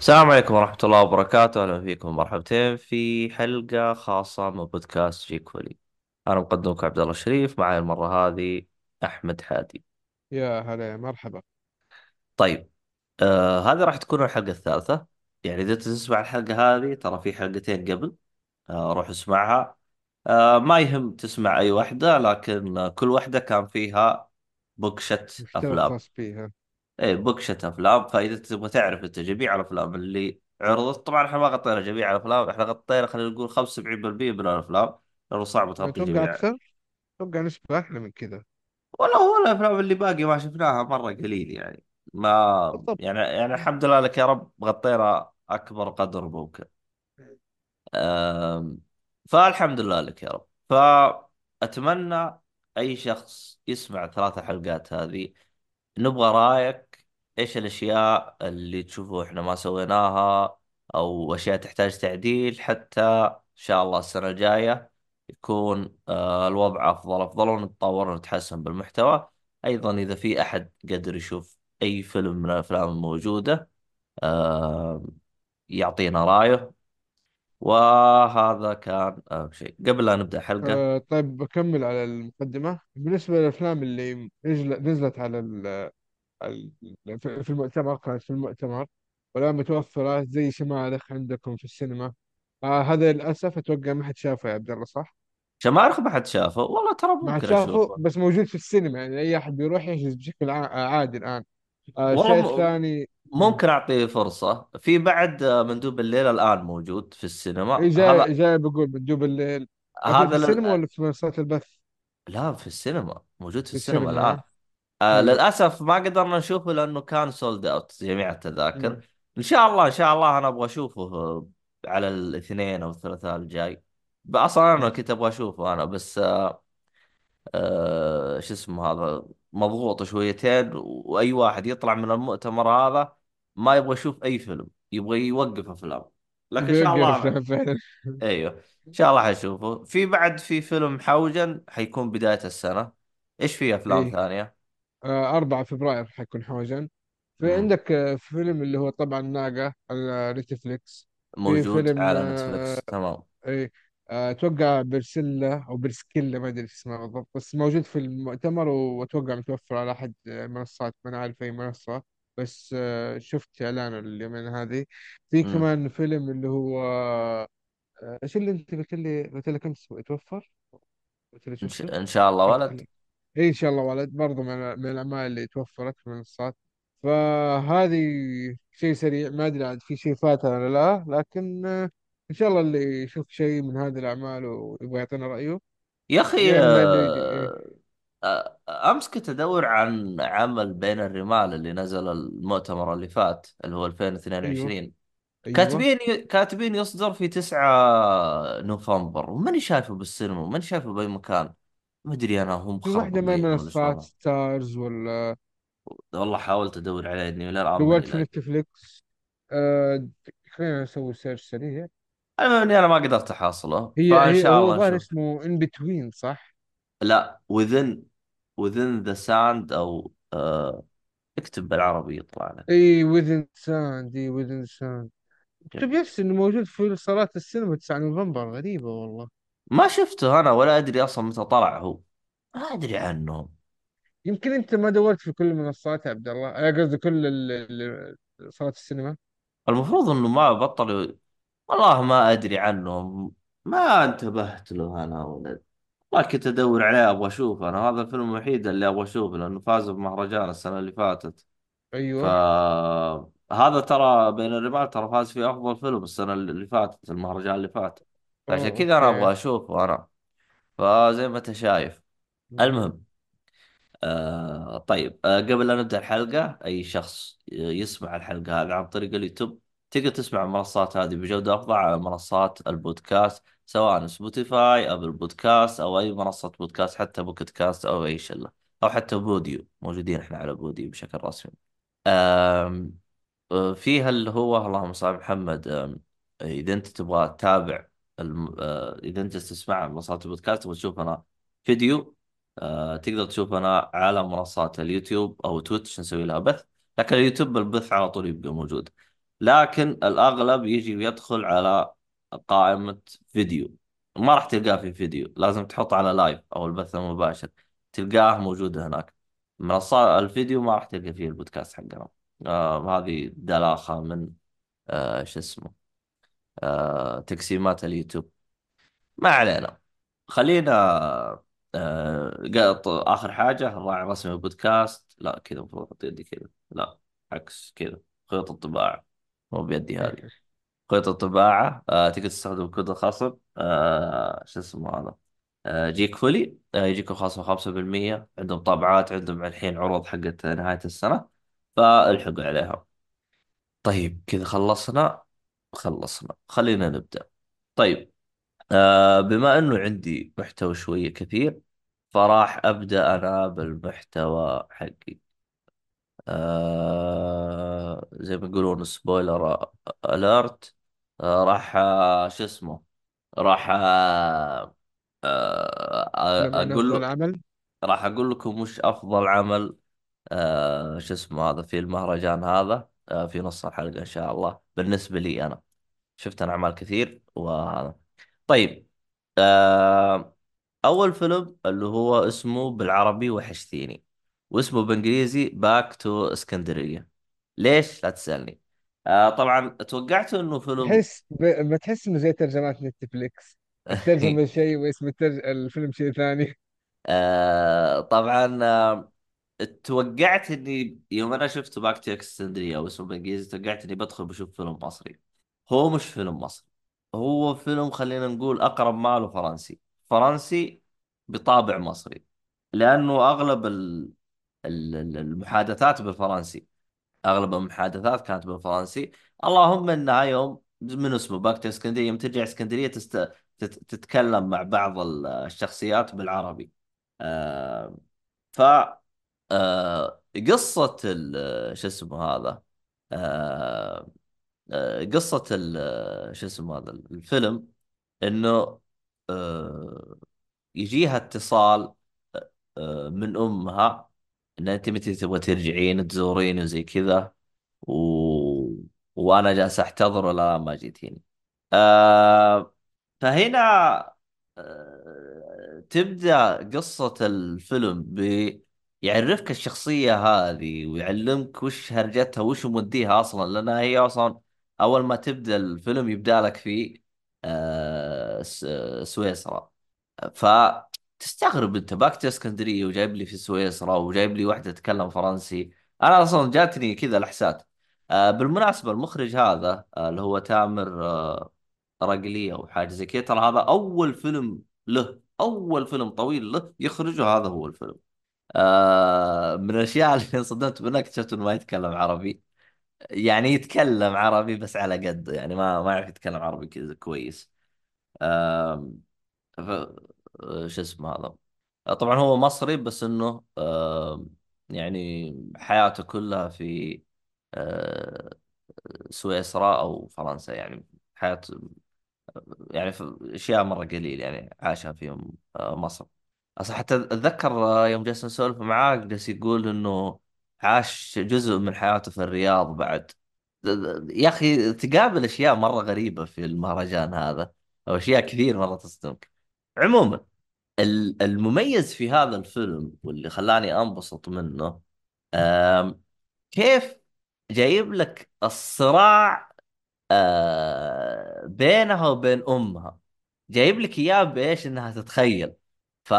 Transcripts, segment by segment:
السلام عليكم ورحمة الله وبركاته، أهلا فيكم مرحبتين في حلقة خاصة من بودكاست جيكولي. أنا مقدمكم عبد الله الشريف، معي المرة هذه أحمد حادي. يا هلا، مرحبا. طيب، هذه راح تكون الحلقة الثالثة. يعني إذا تسمع الحلقة هذه ترى في حلقتين قبل. روح اسمعها. ما يهم تسمع أي واحدة، لكن كل واحدة كان فيها بوكشة محتوى أفلام. خاص فيها. ايه، بوكشة افلام. فاذا تبغى تعرف انت جميع الافلام اللي عرضت، طبعا احنا ما غطينا جميع الافلام، احنا غطينا خلينا نقول 75% من الافلام، لانه صعب تغطي أتوقع جميع. أكثر. أتوقع نسبة أحلى من كذا. ولا هو الافلام اللي باقي ما شفناها مره قليل يعني. ما بالضبط. يعني الحمد لله لك يا رب، غطينا اكبر قدر ممكن. أم، فالحمد لله لك يا رب. فاتمنى اي شخص يسمع ثلاثة حلقات هذه، نبغى رايك. ايش الاشياء اللي تشوفوا احنا ما سويناها، او اشياء تحتاج تعديل، حتى ان شاء الله السنة الجاية يكون الوضع افضل افضل، ونتطور ونتحسن بالمحتوى. ايضا اذا في احد قدر يشوف اي فيلم من الافلام الموجودة، آه، يعطينا رايه. وهذا كان اهم شيء قبل لا نبدأ الحلقة. طيب، بكمل على المقدمة. بالنسبة للأفلام اللي نزلت على في المؤتمر، كانت في المؤتمر ولا متوفرة زي شمارخ عندكم في السينما. هذا للأسف أتوقع ما حد شافه يا عبد الله، صح؟ شمارخ ما حد شافه والله، ترى ما حد ممكن شافه اشوفه. بس موجود في السينما، يعني أي أحد بيروح يحجز بشكل عادي الآن. والله الشيء الثاني. ممكن أعطيه فرصة. في بعد مندوب الليل الآن موجود في إيه، السينما هذا. جاي بقول بندوب الليل. لكن في هذا السينما ولا في منصات البث؟ لا، في السينما، موجود في في السينما السينما، الآن. ها؟ طيب. للأسف ما قدرنا نشوفه لأنه كان سولد أوت جميع التذاكر. مم. إن شاء الله إن شاء الله أنا أبغى أشوفه على الاثنين أو الثلاثاء الجاي. أصلا أنا مم. كنت أبغى أشوفه أنا بس. شو اسمه هذا، مضغوط شويتين، واي واحد يطلع من المؤتمر هذا ما يبغى يشوف اي فيلم، يبغى يوقف افلام. لكن ان شاء الله بيوقف انا، له فعلا. ايوه ان شاء الله حشوفه. في بعد في فيلم حوجن حيكون بداية السنة. ايش في افلام إيه. ثانية؟ 4 فبراير حيكون حوجا. في مم. عندك فيلم اللي هو طبعا ناقة على نتفليكس. في موجود فيلم على نتفلكس، تمام. إيه. أتوقع برسيلا أو برسكيلا، ما أدري إيش اسمها بالضبط، بس موجود في المؤتمر وأتوقع متوفر على أحد المنصات، ما أنا عارف أي منصة. بس شفت إعلانه اليومين هذه. في مم. كمان فيلم اللي هو ايش اللي انت قلت لك امس يتوفر؟ قلت لي شفته. إن شاء الله حق ولد. اي ان شاء الله ولد، برضه من الاعمال اللي توفرت في المنصات. فهذه شيء سريع، ما ادري عاد في شيء فاتها ولا لا، لكن ان شاء الله اللي يشوف شيء من هذه الاعمال ويبغى يعطينا رايه. يا اخي، يعني بما انه يجي إيه. امس كنت ادور عن عمل بين الرمال اللي نزل المؤتمر اللي فات اللي هو ايوه، 2022. ايوه. كاتبين يصدر في 9 نوفمبر، وماني شايفه بالسينما وماني شايفه بأي مكان. ما ادري انا، هم في واحده من مخربين ولا منصات شلون. ستارز ولا؟ والله حاولت ادور عليه اني للان ماني دورت في لاقي. نتفليكس. أه... خلينا نسوي سيرش سريع. المهم اني انا ما قدرت احصله، فان هي شاء هو الله ظاهر نشوف. اسمه ان بتوين، صح؟ لا، within the sand، او اكتب بالعربي يطلع لك. اي وذن ساند، اي وذن ساند. مكتوب يس انه موجود في صالات السينما 9 نوفمبر، غريبة والله. ما شفته انا، ولا ادري اصلا متى طلع هو. ما ادري عنه. يمكن انت ما دورت في كل المنصات يا عبد الله، قصدي كل صالات السينما. المفروض انه ما بطل. والله ما ادري عنه. ما انتبهت له انا ولا. والله كنت ادور عليه ابغى اشوفه، انا هذا الفيلم الوحيد اللي ابغى اشوفه لانه فاز بمهرجان السنه اللي فاتت. ايوه. فهذا ترى بين الرمال ترى فاز في افضل فيلم السنه اللي فاتت، المهرجان اللي فات. فعشان اوه، كذا انا اوكي. ابغى اشوفه انا. فزي ما انت شايف. مم. المهم، طيب، قبل لا نبدأ الحلقة، أي شخص يسمع الحلقة هذه عن طريق اليوتيوب تقدر تسمع المنصات هذه بجودة أفضل على منصات البودكاست، سواء سبوتيفاي، أبل بودكاست، أو أي منصة بودكاست، حتى بوكيت كاست أو أي شلة، أو حتى بوديو. موجودين إحنا على بوديو بشكل رسمي. آم، فيها اللي هو اللهم صل على محمد. إذا أنت تبغى تتابع إذا أنت تسمع منصات البودكاست وتشوف أنا فيديو، تقدر تشوفنا على منصات اليوتيوب او تويتش نسوي لها بث. لكن اليوتيوب البث على طول يبقى موجود. لكن الأغلب يجي ويدخل على قائمة فيديو. ما راح تلقاه في فيديو، لازم تحط على لايف أو البث المباشر، تلقاه موجود هناك. منصات الفيديو ما راح تلقى فيه البودكاست حقنا. هذه دلاخة من شو اسمه، تقسيمات اليوتيوب. ما علينا. خلينا آخر حاجة الراعي الرسمي للبودكاست. لا كذا المفروض أحط يدي كذا، لا عكس كذا. خيوط الطباعة، مو بيدي هذه. اوكي. خيط الطباعة تقدر تستخدم كود الخصم شو اسمه هذا، جيك فولي. يجيكم خصم 5%. عندهم طابعات، عندهم الحين عروض حقت نهاية السنة، فالحقوا عليها. طيب كذا خلصنا خلينا نبدأ. طيب بما انه عندي محتوى شوية كثير، فراح ابدأ انا بالمحتوى حقي. زي ما يقولون سبويلر اليرت. راح شو اسمه، راح لمن افضل اقول، عمل. راح اقول لكم وش افضل عمل شو اسمه هذا في المهرجان هذا في نص الحلقة ان شاء الله. بالنسبة لي انا شفت انا اعمال كثير وهذا. طيب أول فيلم اللي هو اسمه بالعربي وحشتيني، واسمه بالإنجليزي باك تو اسكندرية. ليش؟ لا تسألني. طبعا توقعت إنه فيلم ما تحس انه زي ترجمات نتفليكس، الترجمة شيء واسم الفيلم شيء ثاني. طبعا توقعت إني يوم أنا شفت باك تو اسكندرية واسمه بالإنجليزي توقعت إني بدخل بشوف فيلم مصري. هو مش فيلم مصري، هو فيلم خلينا نقول أقرب ماله فرنسي. فرنسي بطابع مصري، لأنه أغلب المحادثات بالفرنسي. اغلب المحادثات كانت بالفرنسي. اللهم انها يوم من اسمه باك تو اسكندريه، يوم ترجع اسكندريه تتكلم مع بعض الشخصيات بالعربي. آه ف قصة شو اسمه هذا، آه قصة شو اسمه هذا الفيلم، انه آه يجيها اتصال من امها ان انت متى تبغى ترجعين تزورين وزي كذا، و... وانا جالس احتضر ولا لا ما جيتيني. آه... فهنا تبدأ قصة الفيلم يعرفك الشخصية هذه ويعلمك وش هرجتها وش موديها اصلا، لانها هي اصلا اول ما تبدأ الفيلم يبدأ لك في سويسرا. فتستغرب انت باك اسكندريه وجايب لي في سويسرا وجايب لي واحده تتكلم فرنسي. انا اصلا جاتني كذا لحسات. بالمناسبه المخرج هذا اللي هو تامر رقليه او حاجه زي كذا، ترى هذا اول فيلم له، اول فيلم طويل له يخرجه هذا هو الفيلم. من الاشياء اللي انصدمت منها اكتشفت انه ما يتكلم عربي. يعني يتكلم عربي بس على قد، يعني ما يعرف يتكلم عربي كذا كويس. ف... شو اسمه هذا. طبعا هو مصري بس انه يعني حياته كلها في آه، سويسرا او فرنسا، يعني حياة، يعني في اشياء مره قليل يعني عاشها فيهم مصر. اصلا حتى اتذكر يوم جلسنا نسولف معاه جالس يقول انه عاش جزء من حياته في الرياض بعد. يا اخي تقابل اشياء مره غريبه في المهرجان هذا، او اشياء كثير مره تصدمك. عموما المميز في هذا الفيلم واللي خلاني انبسط منه آم، كيف جايب لك الصراع بينها وبين امها. جايب لك اياه بايش انها تتخيل. ف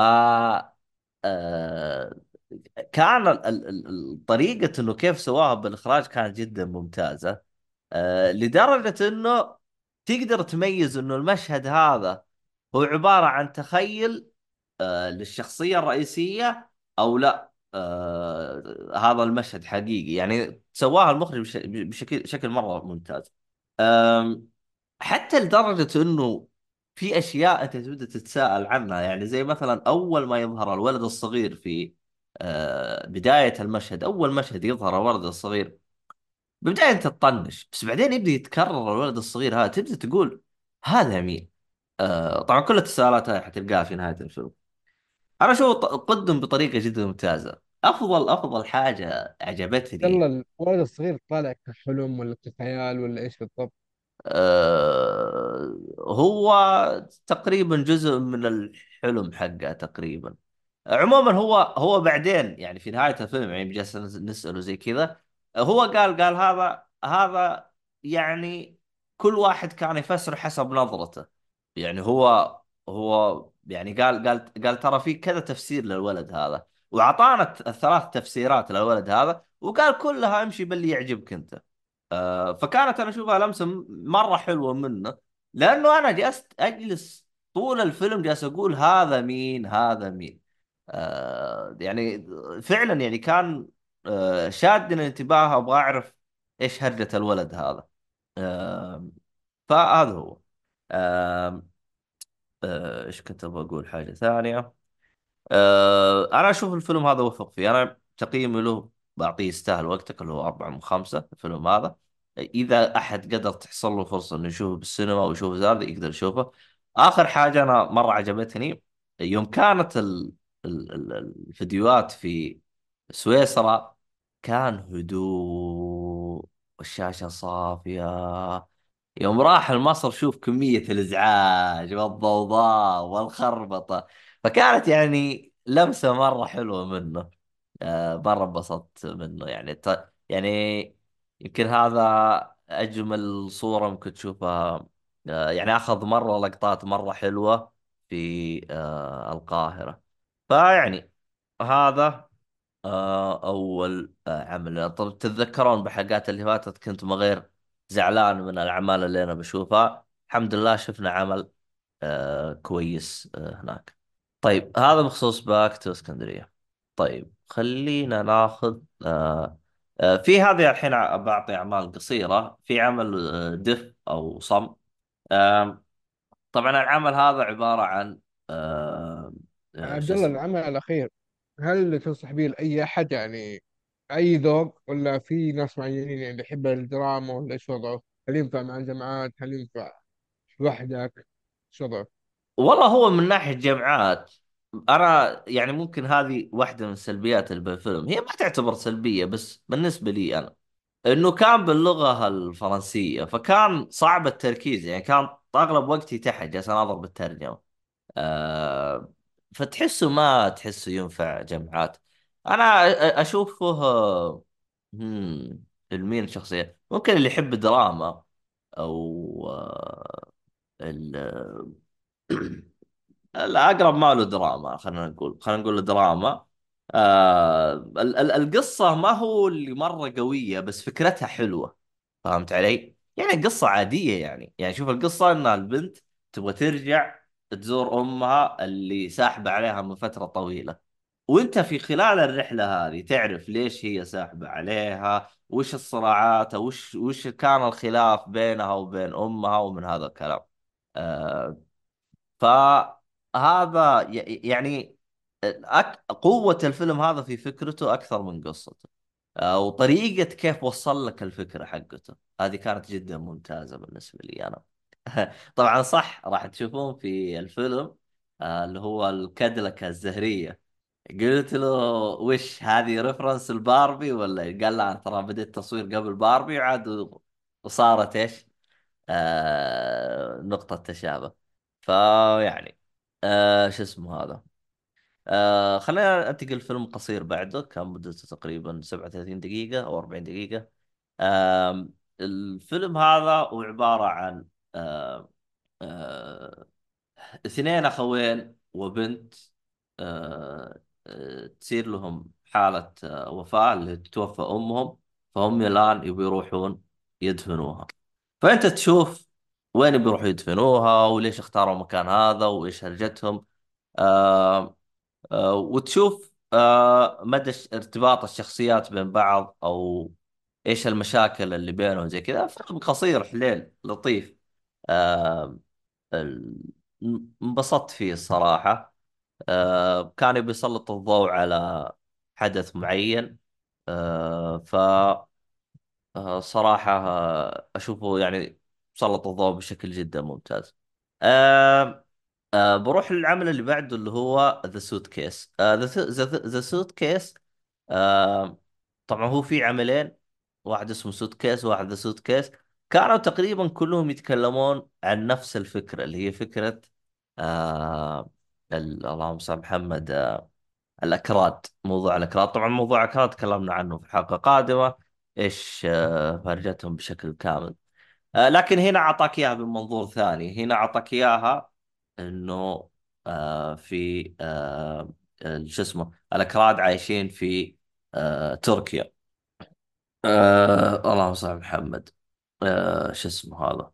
آه، كان طريقة انه كيف سواها بالاخراج كانت جدا ممتازة. لدرجة انه تقدر تميز انه المشهد هذا هو عبارة عن تخيل للشخصية الرئيسية أو لا. هذا المشهد حقيقي، يعني سواها المخرج بشكل مرة ممتاز. آم، حتى لدرجة أنه في أشياء أنت تبدأ تتساءل عنها، يعني زي مثلا أول ما يظهر الولد الصغير في بداية المشهد. أول مشهد يظهر الولد الصغير بالبداية أنت تطنش، بس بعدين يبدأ يتكرر الولد الصغير هذا، تبدأ تقول هذا مين. طبعا كل التساؤلات هاي حتلقاها في نهاية الفيلم. انا اشوف قدم بطريقه جدا ممتازه. افضل حاجه عجبتني. يلا الولد الصغير طالع كحلم ولا كخيال ولا ايش بالضبط؟ هو تقريبا جزء من الحلم حقه تقريبا. عموما هو بعدين يعني في نهاية الفيلم يعني جالس نسأله زي كذا. هو قال هذا يعني كل واحد كان يفسر حسب نظرته. يعني هو يعني قال ترى في كذا تفسير للولد هذا، وأعطانا الثلاث تفسيرات للولد هذا، وقال كلها امشي باللي يعجبك انت. فكانت انا اشوفها لمسه مره حلوه منه. لانه انا جلست اجلس طول الفيلم جالس اقول هذا مين هذا مين. يعني فعلا يعني كان شادني الانتباه، ابغى اعرف ايش هرجة الولد هذا. آه فهذا هو. آه ايش كنت ابغى اقول حاجه ثانيه. انا اشوف الفيلم هذا وفق فيه. انا تقييمي له بعطيه يستاهل وقتك، اللي هو 4 من 5 الفيلم هذا. اذا احد قدر تحصل له فرصة انه يشوفه بالسينما ويشوف هذا يقدر يشوفه. اخر حاجة انا مرة عجبتني يوم كانت الفيديوهات في سويسرا، كان هدوء والشاشة صافية. يوم راح لمصر شوف كمية الإزعاج والضوضاء والخربطة. فكانت يعني لمسة مرة حلوة منه. مرة انبسطت منه يعني يعني يمكن هذا أجمل صورة ممكن تشوفها. يعني أخذ مرة لقطات مرة حلوة في القاهرة. فيعني هذا أول عمل. طب تتذكرون بحلقات اللي فاتت كنت مغير زعلان من الأعمال اللي أنا بشوفها. الحمد لله شفنا عمل كويس هناك. طيب هذا بخصوص باك تو اسكندرية. طيب خلينا ناخذ في هذه الحين بعطي أعمال قصيرة. في عمل دف أو صم. آه طبعا العمل هذا عبارة عن عبد شو الله، اسمه. العمل الأخير هل تنصح به لأي أحد يعني، أي ذوق، ولا في ناس معينين يعني يحب الدراما، ولا إيش وضعه؟ هل ينفع مع الجامعات؟ هل ينفع لوحدك؟ إيش وضعه؟ والله هو من ناحية جامعات، أنا يعني ممكن هذه واحدة من السلبيات اللي بالفيلم. هي ما تعتبر سلبية بس بالنسبة لي أنا، إنه كان باللغة الفرنسية فكان صعب التركيز. يعني كان أغلب وقتي تحت جالس أناظر بالترجمة. أه فتحسه ما تحسه ينفع جامعات. أنا أشوفه هم المين شخصية ممكن اللي يحب دراما أو ال- الأقرب ما له دراما. خلينا نقول دراما. القصة ما هو اللي مرة قوية بس فكرتها حلوة. فهمت علي؟ يعني قصة عادية. يعني شوف القصة ان البنت تبغى ترجع تزور امها اللي ساحبة عليها من فترة طويلة. وانت في خلال الرحلة هذه تعرف ليش هي ساحبة عليها، وش الصراعات، وش كان الخلاف بينها وبين امها ومن هذا الكلام. آه، فهذا يعني قوة الفيلم هذا في فكرته أكثر من قصته. وطريقة كيف وصل لك الفكرة حقته هذه كانت جدا ممتازة بالنسبة لي أنا. طبعا صح راح تشوفون في الفيلم اللي هو الكدلكة الزهرية. قلت له وش هذه ريفرنس الباربي ولا إيه؟ قال لا أنا ترى بديت تصوير قبل باربي وعاد وصارت إيش نقطة تشابه. فيعني شو اسمه هذا. خلينا انتقل فيلم قصير بعده كان مدته تقريبا 37 دقيقة أو 40 دقيقة. الفيلم هذا هو عبارة عن آه آه اثنين أخوين وبنت. تصير لهم حالة وفاة اللي تتوفى أمهم. فهم الآن يبي يروحون يدفنوها. فأنت تشوف وين بيروحوا يدفنوها وليش اختاروا المكان هذا وإيش هرجتهم. آه وتشوف مدى ارتباط الشخصيات بين بعض أو إيش المشاكل اللي بينهم زي كذا. فيلم قصير حليل لطيف. آه ال- انبسطت فيه الصراحة. كان يبي يسلط الضوء على حدث معين. ف صراحة أشوفه يعني سلط الضوء بشكل جدا ممتاز. آه بروح للعمل اللي بعده اللي هو ذا سوت كيس. ذا سوت كيس آه طبعا هو في عملين، واحد اسمه سوت كيس وواحد سوت كيس. كانوا تقريبا كلهم يتكلمون عن نفس الفكرة، اللي هي فكرة آه اللهم صل على محمد، الأكراد. موضوع الأكراد، طبعا موضوع الأكراد تكلمنا عنه في حلقة قادمة، إيش فارجتهم بشكل كامل. لكن هنا أعطاك إياها من منظور ثاني. هنا أعطاك إياها إنه في شو اسمه، الأكراد عايشين في تركيا. اللهم صل على محمد، شو اسمه هذا.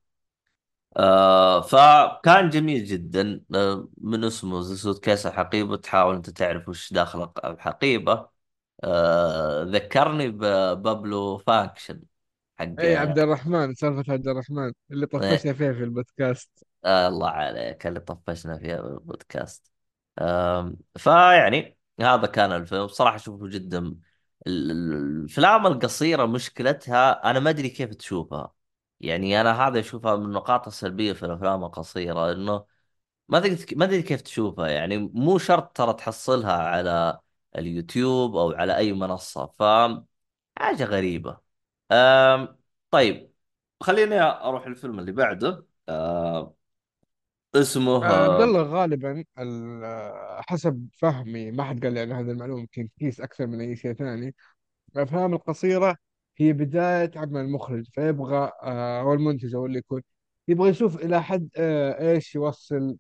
فكان جميل جدا. من اسمه زسوت كيس الحقيبة، تحاول أنت تعرف وش داخل الحقيبة. ذكرني ببابلو فانكشن حق اي عبد الرحمن، سالفة عبد الرحمن اللي طفشنا فيها في البودكاست. الله عليك اللي طفشنا فيها بالبودكاست. فيعني هذا كان الفيلم صراحة أشوفه جدا. الأفلام القصيرة مشكلتها أنا ما أدري كيف تشوفها. يعني أنا هذا أشوفها من النقاط السلبية في الأفلام القصيرة، إنه ما أدري كيف تشوفها. يعني مو شرط ترى تحصلها على اليوتيوب أو على أي منصة، حاجة غريبة. طيب، خليني أروح الفيلم اللي بعده. اسمه عبد الله غالبا حسب فهمي، ما حد قال لي عن هذه المعلومة، يمكن كيس أكثر من أي شيء ثاني. الأفلام القصيرة هي بداية عمل المخرج، فيبغى أو المنتج أو اللي يكون يبغى يشوف إلى حد إيش يوصل،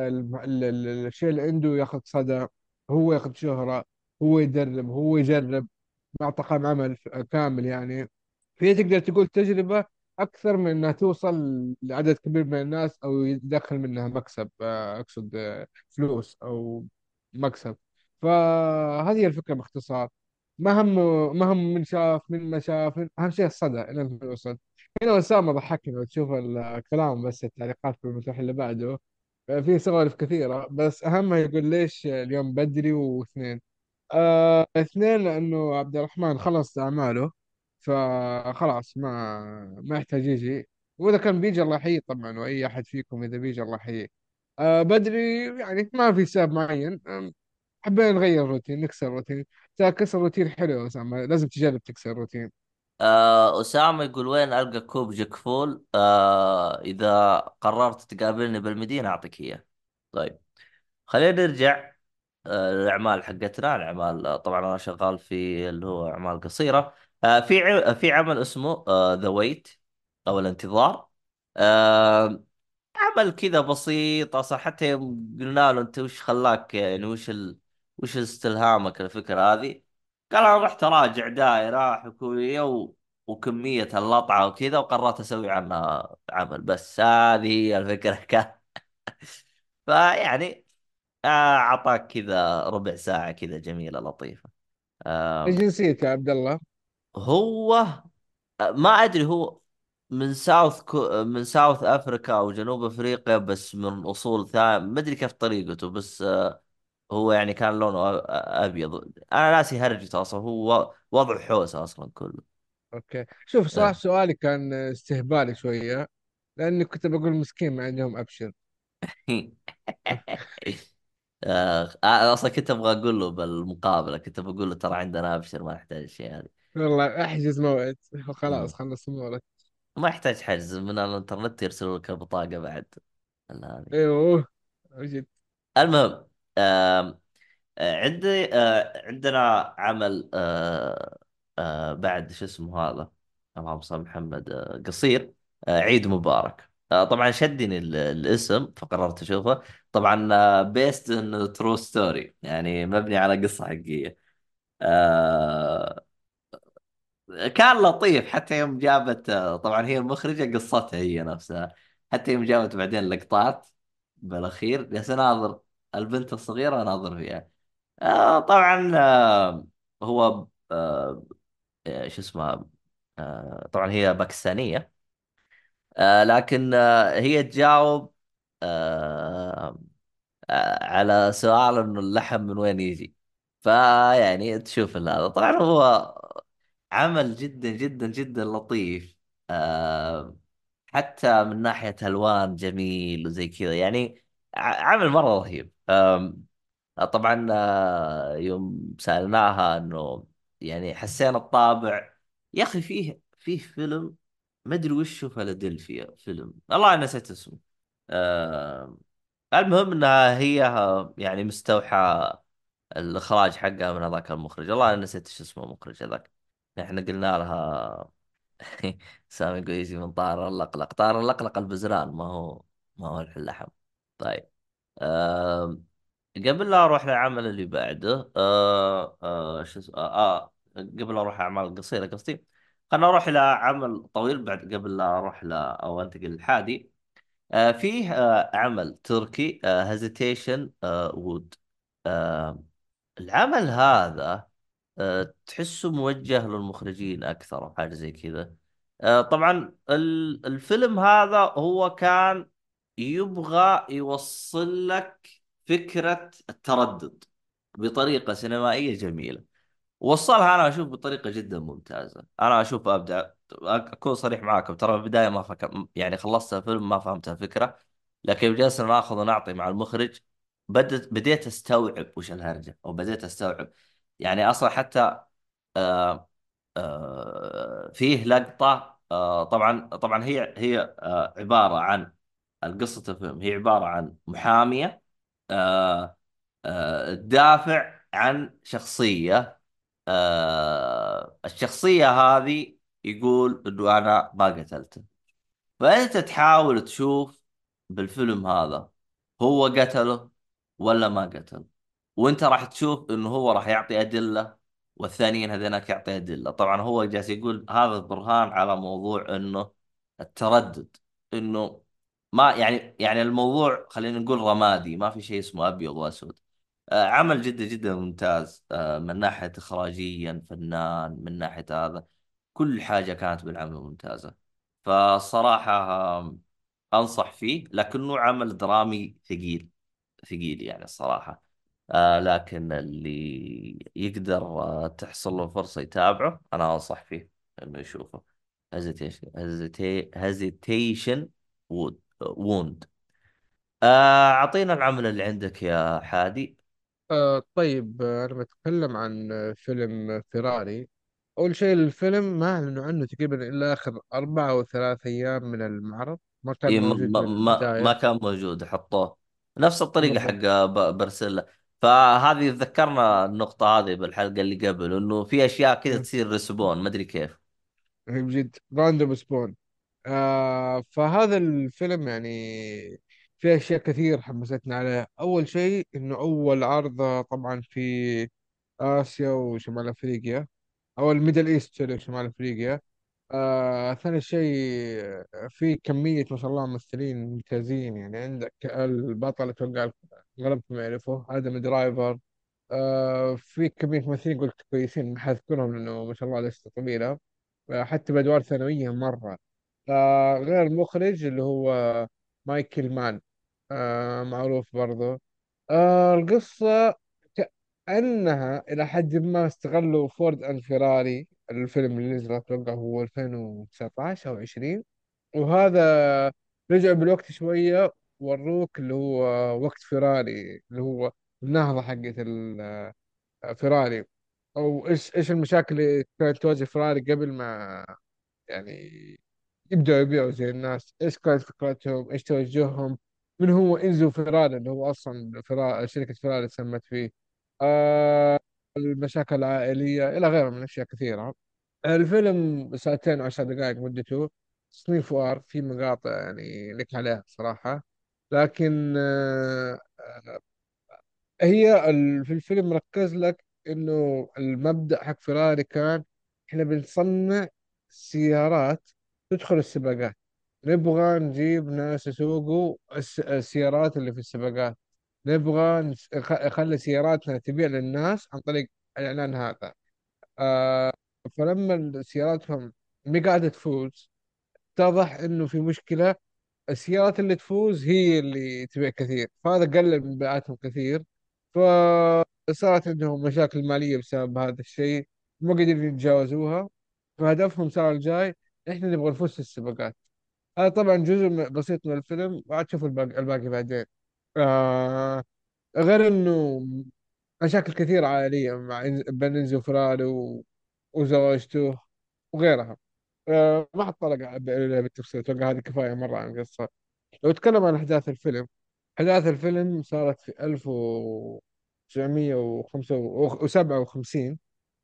الشيء اللي عنده ياخذ صدى، هو ياخذ شهرة، هو يدرب، هو يجرب مع طاقم عمل كامل يعني. فهي تقدر تقول تجربة أكثر من أنها توصل لعدد كبير من الناس أو يدخل منها مكسب، أقصد فلوس أو مكسب. فهذه هي الفكرة باختصار. ما هم ما هم من شاف من ما شاف، أهم شيء الصدى إلى أن يوصل. هنا أسامة ضحكني لو تشوف الكلام، بس التعليقات في المتاح اللي بعده في سوالف كثيرة، بس أهمها يقول ليش اليوم بدري واثنين. اثنين لأنه عبد الرحمن خلص أعماله، فخلاص ما يحتاج يجي. وإذا كان بيجي الله يحييه طبعا، وأي أحد فيكم إذا بيجي الله يحييه. بدري يعني ما في سبب معين. حبينا نغير روتين، نكسر روتين. ترى كسر روتين حلو يا أسامة، لازم تجرب تكسر روتين. أسامة يقول وين ألقى كوب جاك فول؟ إذا قررت تقابلني بالمدينة أعطيك إياه. طيب، خلينا نرجع الأعمال حقتنا. الأعمال طبعا أنا شغال في اللي هو أعمال قصيرة. في عمل اسمه ذا ويت، أو الانتظار. آه عمل كذا بسيط أصلا. حتى يوم قلنا له أنت وش خلاك، يعني وش استلهامك الفكرة هذه؟ قال أنا رحت أراجع دائرة حكومية وكمية اللطعة وكذا، وقررت أسوي عنها عمل. بس هذه هي الفكرة كان. فيعني أعطاك كذا ربع ساعة كذا جميلة لطيفة. ايش آم، جنسيته يا عبد الله؟ هو ما أدري، هو من ساوث أفريقيا أو جنوب أفريقيا، بس من أصول ثانية. ما أدري كيف طريقته، بس هو يعني كان لونه أبيض. أنا ناسي هرجته أصلا. هو وضع حوسه أصلا كله. اوكي، شوف صراحة آه. سؤالي كان استهبالي شوية، لاني كنت بقول مسكين ما عندهم ابشر. أنا أصلا كنت أبغى أقول له بالمقابلة، كنت بقول له ترى عندنا أبشر ما نحتاج الشيء هذا. والله احجز موعد مم. وخلاص، خلص امورك. ما يحتاج حجز من الإنترنت، يرسلوا لك البطاقة بعد هذه. ايوه وجد. المهم، عندنا عمل بعد شو اسمه هذا، اللهم صل على محمد، قصير، عيد مبارك. طبعا شدني الاسم فقررت اشوفه. طبعا بيست ان ترو ستوري، يعني مبني على قصة حقيقية. آه، كان لطيف. حتى يوم جابت طبعا هي المخرجة قصتها هي نفسها. حتى يوم جابت بعدين لقطات بالاخير جالس اناظر البنت الصغيرة، اناظر فيها. طبعا هو شو اسمها، طبعا هي باكستانية. لكن هي تجاوب آه، على سؤال انه اللحم من وين يجي. فيعني تشوف هذا. طبعا هو عمل جدا جدا جدا لطيف. آه، حتى من ناحية الوان جميل وزي كذا يعني. عمل مرة رهيب. طبعا يوم سألناها انه يعني حسينا الطابع. يا اخي فيه فيلم ما ادري وشه، فيلادلفيا فيلم، والله نسيت اسمه. آه المهم انها هي يعني مستوحى الاخراج حقها من هذاك المخرج، والله أنا نسيت ايش اسمه المخرج هذاك. احنا قلنا لها سامي قويسي من طائر اللقلق، طائر اللقلق البزران، ما هو الحلحم. طيب. قبل لا اروح للعمل اللي بعده، شو اسمه، قبل لا اروح اعمال قصيره قصدي، خلنا اروح الى عمل طويل بعد قبل لا اروح او انتقل للحادي. فيه عمل تركي، هيزيتيشن وود. العمل هذا تحسه موجه للمخرجين اكثر او حاجه زي كذا. طبعا الفيلم هذا هو كان يبغى يوصل لك فكره التردد بطريقه سينمائيه جميله. وصلها انا اشوف بطريقه جدا ممتازه. انا اشوف ابدع. اكون صريح معاكم، ترى البدايه ما يعني خلصت الفيلم ما فهمت الفكره، لكن جلسنا ناخذ ونعطي مع المخرج. بديت استوعب وش الهرجه، او بديت استوعب. يعني اصلا حتى فيه لقطه، طبعا هي عباره عن القصه. الفيلم هي عباره عن محاميه آه، تدافع عن شخصيه. الشخصية هذه يقول انه انا ما قتلته. فانت تحاول تشوف بالفيلم هذا هو قتله ولا ما قتله. وانت راح تشوف انه هو راح يعطي ادلة، والثانيين هذيناك يعطي ادلة. طبعا هو جالس يقول هذا برهان على موضوع انه التردد، انه ما يعني الموضوع خلينا نقول رمادي، ما في شيء اسمه ابيض واسود. عمل جدا جدا ممتاز، من ناحية إخراجيا فنان، من ناحية هذا كل حاجة كانت بالعمل ممتازة. فالصراحة أنصح فيه، لكنه عمل درامي ثقيل ثقيل يعني الصراحة. لكن اللي يقدر تحصل له فرصة يتابعه، أنا أنصح فيه إنه يشوفه. هزيتيشن ووند. أعطينا العمل اللي عندك يا حادي. طيب، أنا بتكلم عن فيلم فيراري. أول شيء الفيلم ما أعلنوا عنه تقريبا إلا آخر 4 أو 3 أيام من المعرض، ما كان اي موجود من ما البداية. كان موجود، حطوه نفس الطريقة حق بالضبط. برسلة. فهذه ذكرنا النقطة هذه بالحلقة اللي قبل، انه في اشياء كذا مم. تصير رسبون ما ادري كيف. بجد راندوم سبون. فهذا الفيلم يعني فيه أشياء كثير حمستنا عليه. أول شيء إنه أول عرض طبعا في آسيا وشمال أفريقيا، أو الميدل إيست، سوري، وشمال أفريقيا. ثاني شيء، في كمية ما شاء الله ممثلين ممتازين. يعني عندك البطل أتوقع أغلبكم يعرفه، آدم درايفر. في كمية ممثلين قلت كويسين، ما حذكرهم لأنه ما شاء الله لسه طويلة. حتى بأدوار ثانوية مرة. غير المخرج اللي هو مايكل مان، معروف برضه. القصة كأنها إلى حد ما استغلوا فورد أند فيراري. الفيلم اللي نزل أتوقع هو 2019 أو 20. وهذا رجع بالوقت شوية، وروك اللي هو وقت فيراري، اللي هو النهضة حقت فيراري، أو إيش المشاكل اللي كانت تواجه فيراري قبل ما يعني يبدأوا يبيعوا زي الناس. ايش كانت فكرتهم، ايش توجههم، من هو انزو فيراري اللي هو اصلا شركة فيراري سمت فيه. المشاكل العائلية إلى غيرها من أشياء كثيرة. الفيلم 2 و10 دقائق مدته. تصنيفه آر، في مقاطع يعني لك عليها صراحة. لكن في الفيلم ركز لك إنه المبدأ حق فيراري كان: إحنا بنصنع سيارات تدخل السباقات، نبغى نجيب ناس يسوقوا السيارات اللي في السباقات، نبغى نخلي سياراتنا تبيع للناس عن طريق الإعلان هذا. آه فلما سياراتهم مي قاعدة تفوز، اتضح إنه في مشكلة. السيارات اللي تفوز هي اللي تبيع كثير، فهذا قلل من بيعاتهم كثير. فصارت عندهم مشاكل مالية بسبب هذا الشيء، ما قدروا يتجاوزوها. فهدفهم صار الجاي: احنا نبغى نفوز في السباقات. هذا طبعا جزء بسيط من الفيلم، وعاد تشوف الباقي بعدين. آه غير انه مشاكل كثيرة عائلية مع بين إنزو فراري وزوجته وغيرها. ما حطلع بالتفصيل، أتوقع هذه كفاية مرة عن القصة. لو نتكلم عن أحداث الفيلم، أحداث الفيلم صارت في 1957.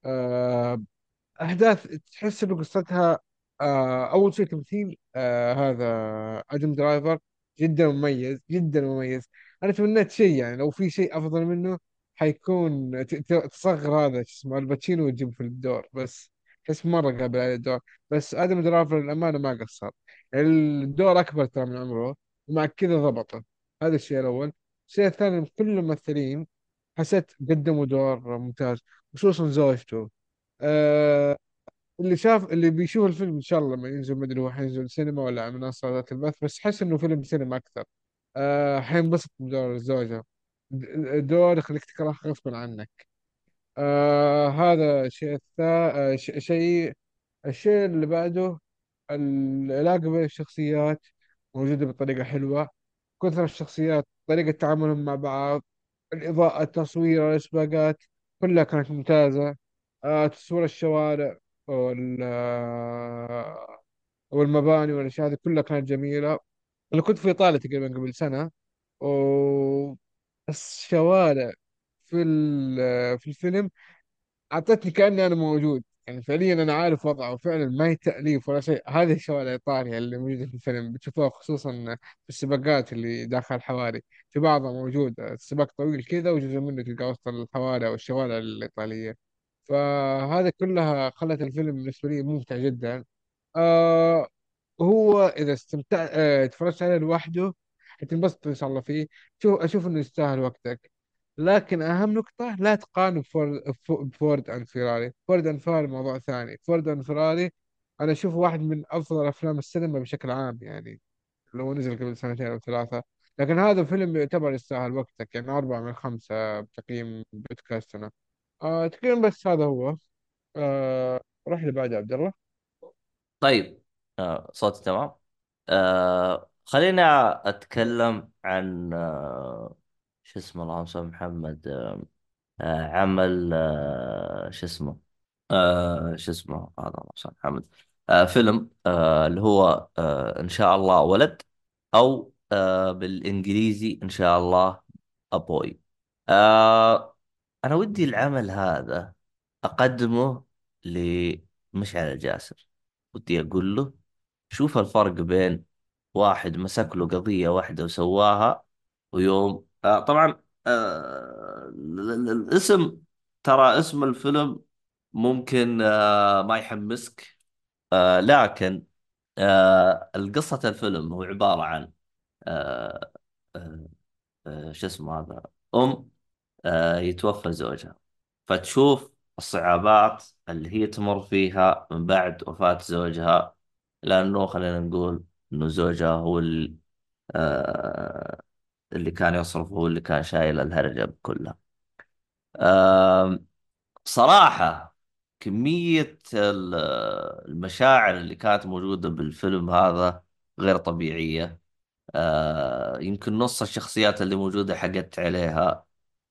أحداث تحس إن قصتها، أول شيء تمثيل هذا أدم درايفر جدا مميز، جدا مميز. أنا تمنيت شيء، يعني لو في شيء أفضل منه حيكون تصغر هذا شو اسمه الباتشينو وتجيب في الدور، بس تحس مرة قابل على الدور. بس آدم درايفر للأمانة ما قصر، الدور أكبر ترى من عمره، ومع كذا ضبطه. هذا الشيء الأول. الشيء الثاني، كل الممثلين حسيت قدموا دور ممتاز، خصوصا زوجته. آه، اللي بيشوف الفيلم ان شاء الله لما ينزل، ما ادري هو حينزل سينما ولا على منصات البث، بس حس انه فيلم سينما اكثر. حينبسط بدور الزوجة، دور يخليك تكره غصبا عنك. هذا الشيء شيء. الشيء اللي بعده، العلاقة بين الشخصيات موجودة بطريقة حلوة. كثر الشخصيات، طريقة تعاملهم مع بعض، الإضاءة، التصوير، الإسباقات، كلها كانت ممتازة. تصوير الشوارع والمباني والأشياء هذه كلها كانت جميلة. أنا كنت في إيطاليا تقريبا قبل سنة، والشوارع في الفيلم أعطتني كأني أنا موجود، يعني فعليا أنا عارف وضعه، وفعلا ما هي تأليف ولا شيء. هذه الشوارع إيطاليا اللي موجودة في الفيلم بتشوفوها، خصوصا في السباقات اللي داخل الحواري، في بعضها موجود سباق طويل كذا، وجزء منه تلقى وسط الحواري والشوارع الإيطالية. فهذا كلها خلت الفيلم بالنسبة لي ممتع جدا. آه هو إذا استمتع اتفرجت عليه لوحده حتنبسط إن شاء الله فيه. أشوف إنه يستاهل وقتك. لكن أهم نقطة، لا تقارن بفورد أند فيراري. فورد أند فيراري موضوع ثاني. فورد أند فيراري أنا أشوفه واحد من أفضل أفلام السينما بشكل عام، يعني لو نزل قبل سنتين أو ثلاثة. لكن هذا الفيلم يعتبر يستاهل وقتك، يعني 4 من 5 بتقييم بودكاستنا. تقريبا بس هذا هو. روح اللي بعده عبد الله. طيب، صوتي تمام. خلينا أتكلم عن شو اسمه، اللهم صل على محمد. عمل شو اسمه، شو اسمه هذا، اللهم صل على محمد. فيلم اللي هو إن شاء الله ولد، أو بالإنجليزي إن شاء الله أبوي. أنا ودي العمل هذا أقدمه لمشعل الجاسر. ودي أقول له شوف الفرق بين واحد مسك له قضية واحدة وسواها، ويوم طبعا الاسم، ترى اسم الفيلم ممكن ما يحمسك، لكن القصة الفيلم هو عبارة عن آه، آه، شو اسمه هذا، أم يتوفى زوجها، فتشوف الصعوبات اللي هي تمر فيها من بعد وفاة زوجها، لأنه خلينا نقول إنه زوجها هو اللي كان يصرف، هو اللي كان شايل الهرجة كلها. آم، صراحة كمية المشاعر اللي كانت موجودة بالفيلم هذا غير طبيعية. يمكن نص الشخصيات اللي موجودة حقت عليها،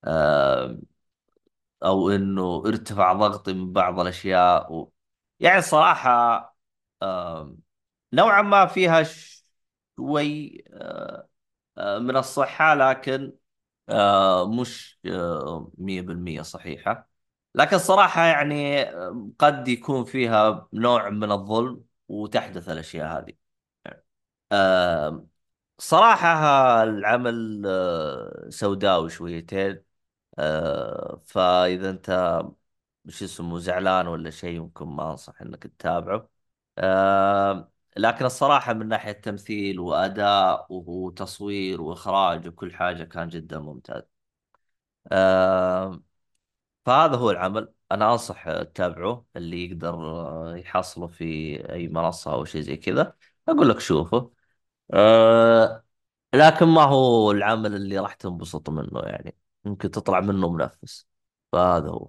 او انه ارتفع ضغطي من بعض الاشياء يعني صراحة آم، نوعا ما فيها شوي من الصحة، لكن مش 100% صحيحة. لكن صراحة يعني قد يكون فيها نوع من الظلم وتحدث الأشياء هذه. آم، صراحة العمل سوداوي شويتين. فإذا أنت مش اسمه زعلان ولا شيء، يمكن ما أنصح إنك تتابعه. لكن الصراحة من ناحية تمثيل وأداء وتصوير وإخراج وكل حاجة كان جدا ممتاز. آه فهذا هو العمل، أنا أنصح تتابعه، اللي يقدر يحصله في أي منصة أو شيء زي كذا أقول لك شوفه. آه لكن ما هو العمل اللي راح تنبسط منه، يعني ممكن تطلع منه منفس. فهذا هو.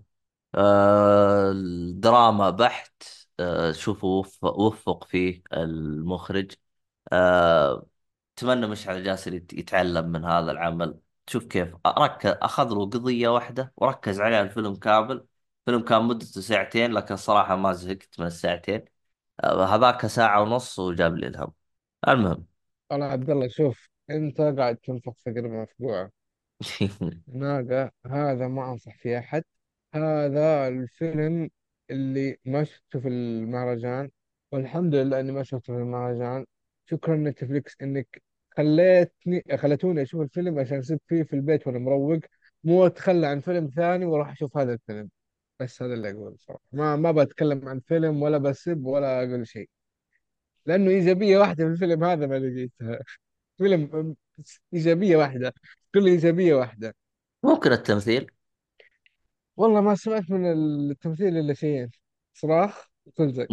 الدراما بحت. شوفوا وفق فيه المخرج. أتمنى مشعل جاسر يتعلم من هذا العمل، شوف كيف ركز، أخذ له قضية واحدة وركز عليها الفيلم كامل. فيلم كان مدته ساعتين، لكن صراحة ما زهقت من الساعتين. هذاك ساعة ونص وجاب لي الهم. المهم. والله عبد الله شوف، انت قاعد تنفخ في قرب مفقوعة. ناقة هذا ما أنصح فيه أحد. هذا الفيلم اللي ما شفته في المهرجان، والحمد لله إني ما شفته في المهرجان. شكرا نتفليكس إنك خلتوني أشوف الفيلم عشان أسيب فيه في البيت وأنا مروق، مو أتخلى عن فيلم ثاني وأروح أشوف هذا الفيلم. بس هذا اللي أقوله صراحة، ما بتكلم عن فيلم ولا بسب ولا أقول شيء، لأنه إيجابية واحدة في الفيلم هذا ما لقيتها. فيلم إيجابية واحدة، كل إيجابية واحدة. ممكن التمثيل. والله ما سمعت من التمثيل إلا شيئين: صراخ وكل.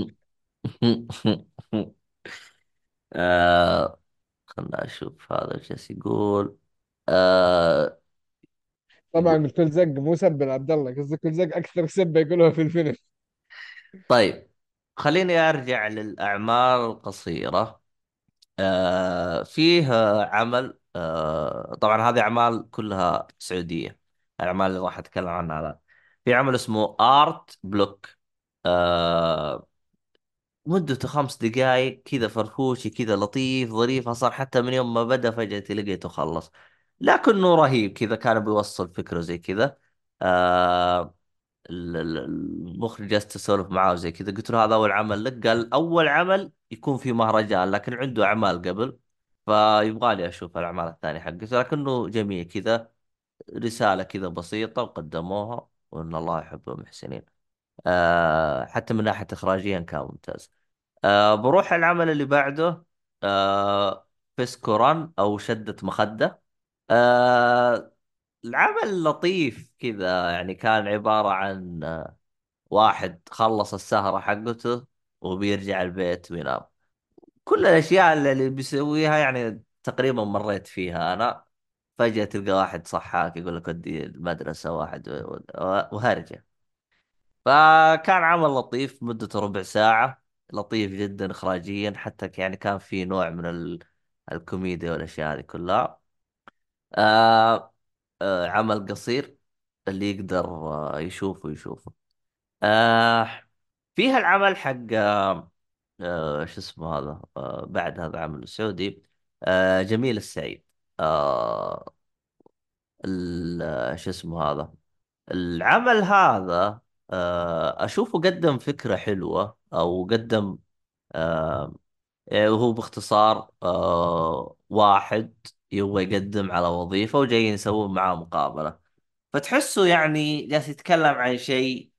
آه خلنا أشوف هذا ايش جالس يقول. آه طبعا كل زق مو سب عبد الله، قصدي كل زق اكثر سبه يقولوها في الفيلم. طيب، خليني أرجع للأعمال القصيرة. فيه عمل، طبعا هذه أعمال كلها سعودية. الأعمال اللي راح أتكلم عنها الآن. في عمل اسمه آرت بلوك. آه مدته 5 دقائق كذا، فرفوشي كذا، لطيف ظريف. أصلا حتى من يوم ما بدأ فجأة لقيته خلص. لكنه رهيب كذا، كان بيوصل فكرة زي كذا. آه المخرج جالس تسولف معاه وزي كذا، قلت له هذا اول عمل لك؟ قال اول عمل يكون في مهرجان، لكن عنده اعمال قبل، فيبغى لي اشوف الاعمال الثانيه حقته. لكنه جميل كذا، رساله كذا بسيطه وقدموها، وان الله يحب المحسنين. حتى من ناحيه اخراجيا كان ممتاز. بروح العمل اللي بعده. فيسكوران او شده مخده. آه العمل لطيف كذا، يعني كان عباره عن واحد خلص السهرة حقته وبيرجع البيت وينام. كل الأشياء اللي بيسويها يعني تقريبا مريت فيها أنا. فجأة تلقى واحد صحاك يقول لك ودي المدرسة، واحد وهرجة. فكان عمل لطيف مدته ربع ساعة. لطيف جدا إخراجيا، حتى يعني كان في نوع من الكوميديا والأشياء هذه كلها. آه عمل قصير، اللي يقدر يشوفه يشوفه. آه فيها العمل حق شو اسمه هذا، بعد هذا عمل سعودي. جميل السعيد. آه شو اسمه هذا العمل هذا. أشوفه قدم فكرة حلوة، أو قدم وهو باختصار واحد يبغى يقدم على وظيفة وجايين يسوون معاه مقابلة. فتحسه يعني جالس يتكلم عن شيء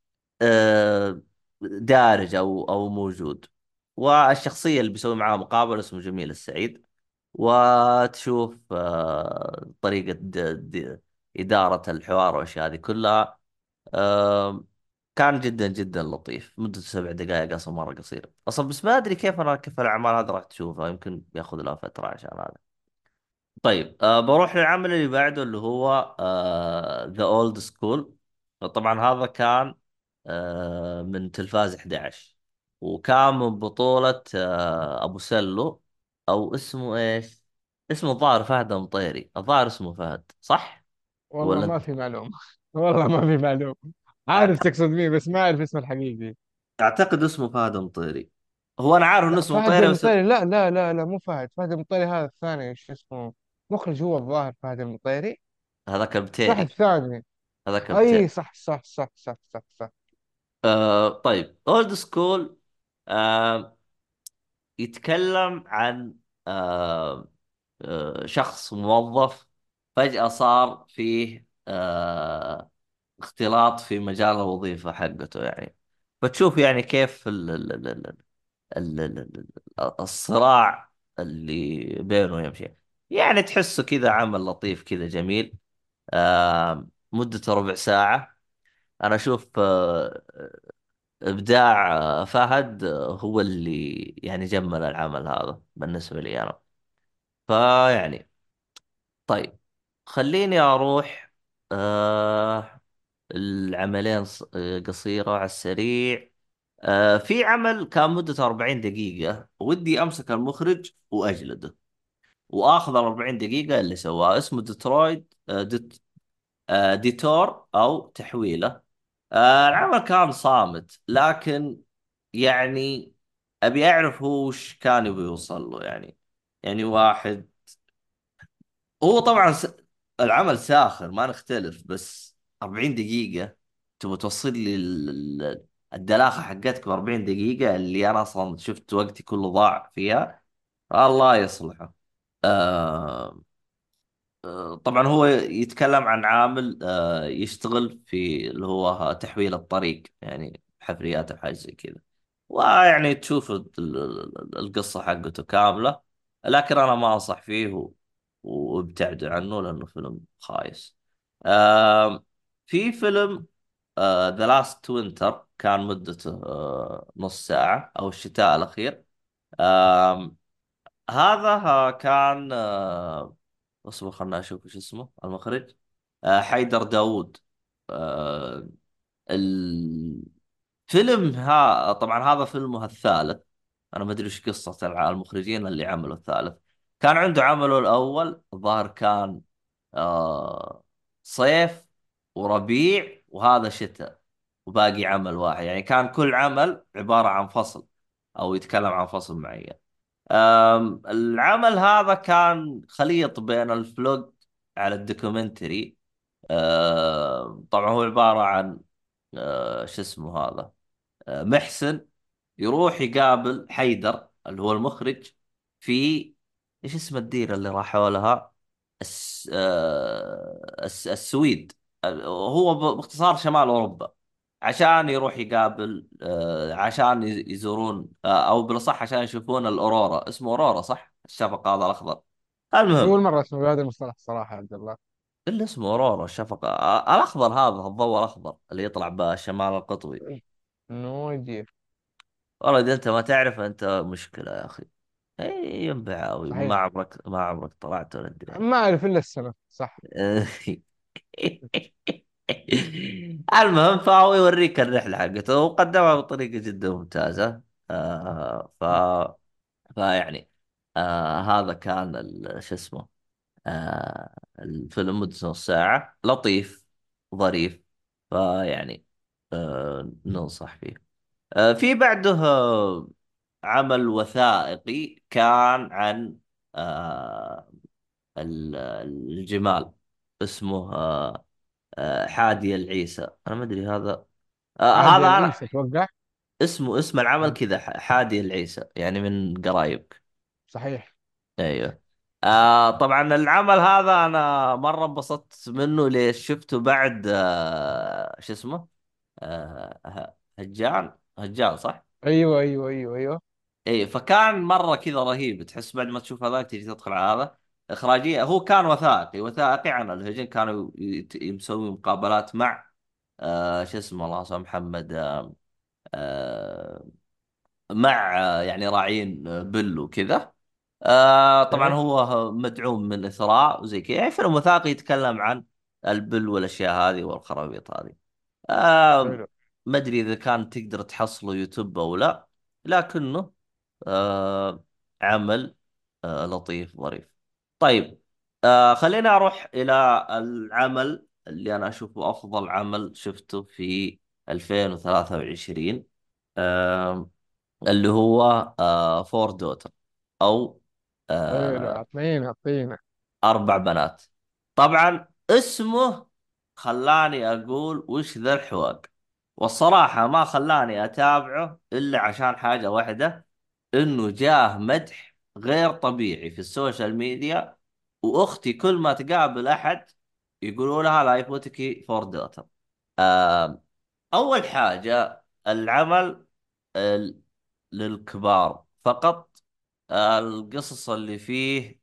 دارج او موجود. والشخصيه اللي بيسوي معاها مقابله اسمه جميل السعيد. وتشوف طريقه اداره الحوار والاشياء هذه كلها. آه، كان جدا جدا لطيف، مدته 7 دقائق، اصلا مره قصير اصلا. بس ما ادري كيف الاعمال هذه راح تشوفها، يمكن ياخذ لها فتره عشان هذا. طيب، بروح للعمل اللي بعده اللي هو ذا اولد سكول. طبعا هذا كان من تلفاز 11، وكان من بطولة ابو سلو، او اسمه ايش؟ اسمه الظاهر فهد المطيري، الظاهر اسمه فهد صح؟ والله ولا ما انت؟ في معلومه. والله ما في معلومه. عارف أعت- تقصد مين بس ما اعرف اسمه الحقيقي. اعتقد اسمه فهد المطيري. هو انا عارف انه لا اسمه فهد مطيري بس. المطيري، لا لا لا لا، مو فهد. فهد المطيري هذا الثاني، شو اسمه، مخرج هو الظاهر فهد المطيري. هذاك واحد بتيري. ثاني. هذاك اي بتيري. صح صح صح صح صح صح. طيب، اولد سكول يتكلم عن شخص موظف، فجأة صار فيه اختلاط في مجال الوظيفة حقته يعني. فتشوف يعني كيف الصراع اللي بينه يمشي. يعني تحسه كذا عمل لطيف كذا جميل. مدته ربع ساعة. أنا أشوف إبداع فهد هو اللي يعني جمل العمل هذا بالنسبة لي أنا. فيعني طيب، خليني أروح العملين قصيرة على السريع. في عمل كان مدته 40 دقيقة، ودي أمسك المخرج وأجلده. واخذ ال 40 دقيقة اللي سواه. اسمه ديترويد ديتور او تحويلة. العمل كان صامت، لكن يعني ابي اعرف هو وش كان يبي يوصل له يعني. يعني واحد، هو طبعا العمل ساخر ما نختلف، بس 40 دقيقة تبغى توصل لي الدلاخة حقتك ب 40 دقيقة اللي انا اصلا شفت وقتي كله ضاع فيها. الله يصلحه. آه طبعا هو يتكلم عن عامل يشتغل في اللي هو تحويل الطريق، يعني حفريات وحاجة زي كذا. ويعني تشوف القصة حقته كاملة. لكن أنا ما أنصح فيه وابتعدوا عنه لأنه فيلم خايس. في فيلم ذا لاست وينتر، كان مدته نص ساعة، أو الشتاء الأخير. هذا كان اصبر خلنا اشوف ايش اسمه المخرج. حيدر داوود. آه، الفيلم طبعا هذا فيلمه الثالث. انا ما ادري ايش قصة المخرجين اللي عملوا الثالث. كان عنده عمله الاول الظاهر كان صيف وربيع وهذا شتاء، وباقي عمل واحد. يعني كان كل عمل عبارة عن فصل، او يتكلم عن فصل معين. العمل هذا كان خليط بين الفلوج على الدوكيومنتري. طبعا هو عبارة عن شو اسمه هذا، محسن يروح يقابل حيدر اللي هو المخرج في ايش اسم الديرة اللي راحوا لها، السويد. هو باختصار شمال اوروبا، عشان يروح يقابل عشان يزورون او بالاصح عشان يشوفون الاورورا. اسمه اورورا صح؟ الشفق هذا الاخضر. أول المهم، مرة أسمع بهذا المصطلح صراحة يا عبد الله. اللي اسمه اورورا الشفق الاخضر، هذا الضوء الاخضر اللي يطلع بالشمال القطبي. نو يجي. والله اذا انت ما تعرف انت مشكلة يا اخي. اي ينبعاوي، ما صحيح. عمرك ما عمرك طلعت ولا ادري. ما أعرف إلا السنة صح. المهم فهو يوريك الرحلة حقته وقدمها بطريقة جدا ممتازة. آه ف فيعني هذا كان شو اسمه الفيلم مدته نص ساعة، لطيف ظريف. فيعني ننصح فيه. في بعده عمل وثائقي كان عن آه الجمال. اسمه حادي العيسى. انا ما ادري هذا عادي هذا انا العيسى أتوقع. اسم العمل كذا حادي العيسى، يعني من قرايبك. صحيح. ايوه. طبعا العمل هذا انا مره انبسطت منه. ليش؟ شفته بعد شو اسمه هجان صح؟ أيوه أيوه أيوه أيوه. اي، فكان مره كذا رهيب. تحس بعد ما تشوف هذاك تجي تدخل على هذا. اخراجيه هو كان وثائقي عن الهجن. كانوا يسوي مقابلات مع شو اسمه الله يسامحه محمد آه مع يعني راعين بل وكذا. طبعا أوكي. هو مدعوم من اثراء وزي كذا. يعني فيلم وثائقي يتكلم عن البل والاشياء هذه والخرابيط هذه. آه حلو. ما ادري اذا كان تقدر تحصله يوتيوب او لا، لكنه آه عمل لطيف ظريف. طيب، خلينا اروح الى العمل اللي انا اشوفه افضل عمل شفته في 2023. آه اللي هو فور دوتر، او حلو، آه أعطينا. اربع بنات. طبعا اسمه خلاني اقول وش ذا الحواق. والصراحة ما خلاني اتابعه الا عشان حاجة واحدة، انه جاه مدح غير طبيعي في السوشيال ميديا. واختي كل ما تقابل احد يقولوا لها لا يفوتك فور دوتر. اول حاجة العمل ال- للكبار فقط. القصص اللي فيه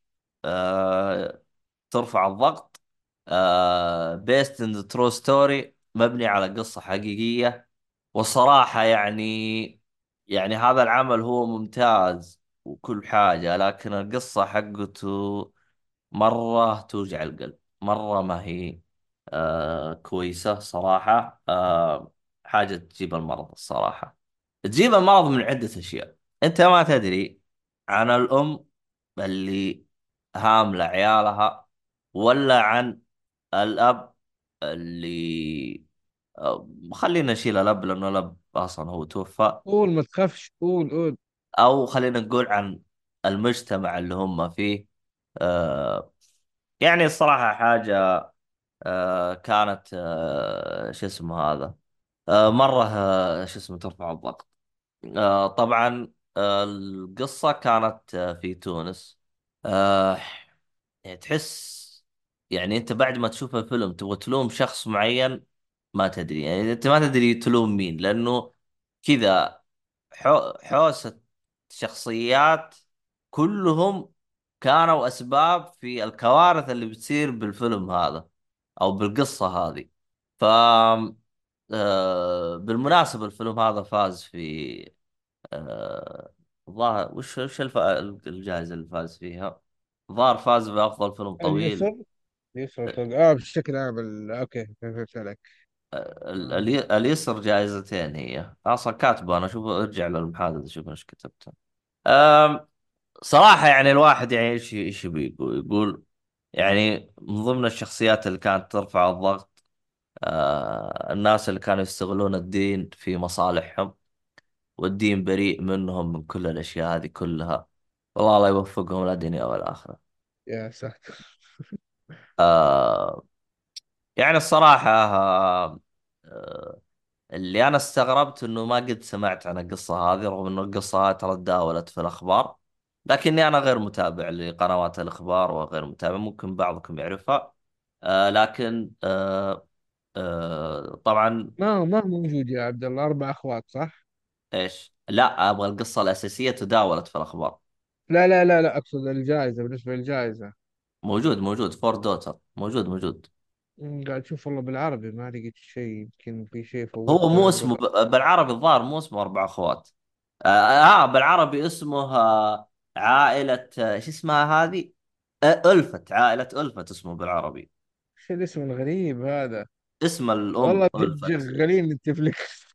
ترفع الضغط. بيست ان ترو ستوري، مبني على قصة حقيقية. والصراحة يعني هذا العمل هو ممتاز وكل حاجة، لكن القصة حقته مرة توجع القلب. مرة ما هي كويسة صراحة. حاجة تجيب المرض الصراحة. تجيب المرض من عدة أشياء أنت ما تدري عن الأم اللي هاملة عيالها، ولا عن الأب اللي خلينا نشيل الأب لأنه الأب أصلا هو توفى، قول ما تخافش، قول قول. أو خلينا نقول عن المجتمع اللي هم فيه. آه، يعني الصراحة حاجة كانت شو اسمه هذا، مرة شو اسمه ترفع الضغط. طبعا القصة كانت في تونس. آه، يعني تحس، يعني انت بعد ما تشوف الفيلم تبغى تلوم شخص معين، ما تدري، يعني انت ما تدري تلوم مين، لانه كذا حوسة شخصيات كلهم كانوا اسباب في الكوارث اللي بتصير بالفيلم هذا او بالقصة هذه. ف بالمناسبة الفيلم هذا فاز في الظاهر وش الجائزة اللي فاز فيها؟ الظاهر فاز بأفضل فيلم طويل. اليسر، يسر فوق بشكل عام اوكي فهمت عليك. آه. اليسر جائزتين، هي اصلا كاتبه، انا اشوف ارجع للمحادثه شوف ايش كتبته. أم، صراحه يعني الواحد يعني ايش يقول يعني من ضمن الشخصيات اللي كانت ترفع الضغط، الناس اللي كانوا يستغلون الدين في مصالحهم، والدين بريء منهم من كل الاشياء هذه كلها. والله الله يوفقهم لا دنيا ولا اخره. يا ساتر. آه، يعني الصراحه اللي انا استغربت انه ما قد سمعت عن القصة هذه، رغم انه القصة هذه ترى تداولت في الاخبار، لكني انا غير متابع لقنوات الاخبار وغير متابع، ممكن بعضكم يعرفها. لكن طبعا. ما هو موجود يا عبد الله، اربع اخوات صح؟ ايش؟ لا، ابغى القصة الاساسية تداولت في الاخبار. لا اقصد الجائزة، بالنسبة للجائزة. موجود فور دوتر، موجود. قاعد اشوف والله بالعربي ما لقيت شيء، يمكن في شيء هو فوتته مو عند اسمه الرأي. بالعربي الظاهر مو اسمه اربع اخوات. بالعربي اسمه عائلة، ايش اسمها هذه؟ ألفت، عائلة ألفت اسمه بالعربي. ايش الاسم الغريب هذا؟ اسم الأم والله ألفت. شغالين نتفليكس.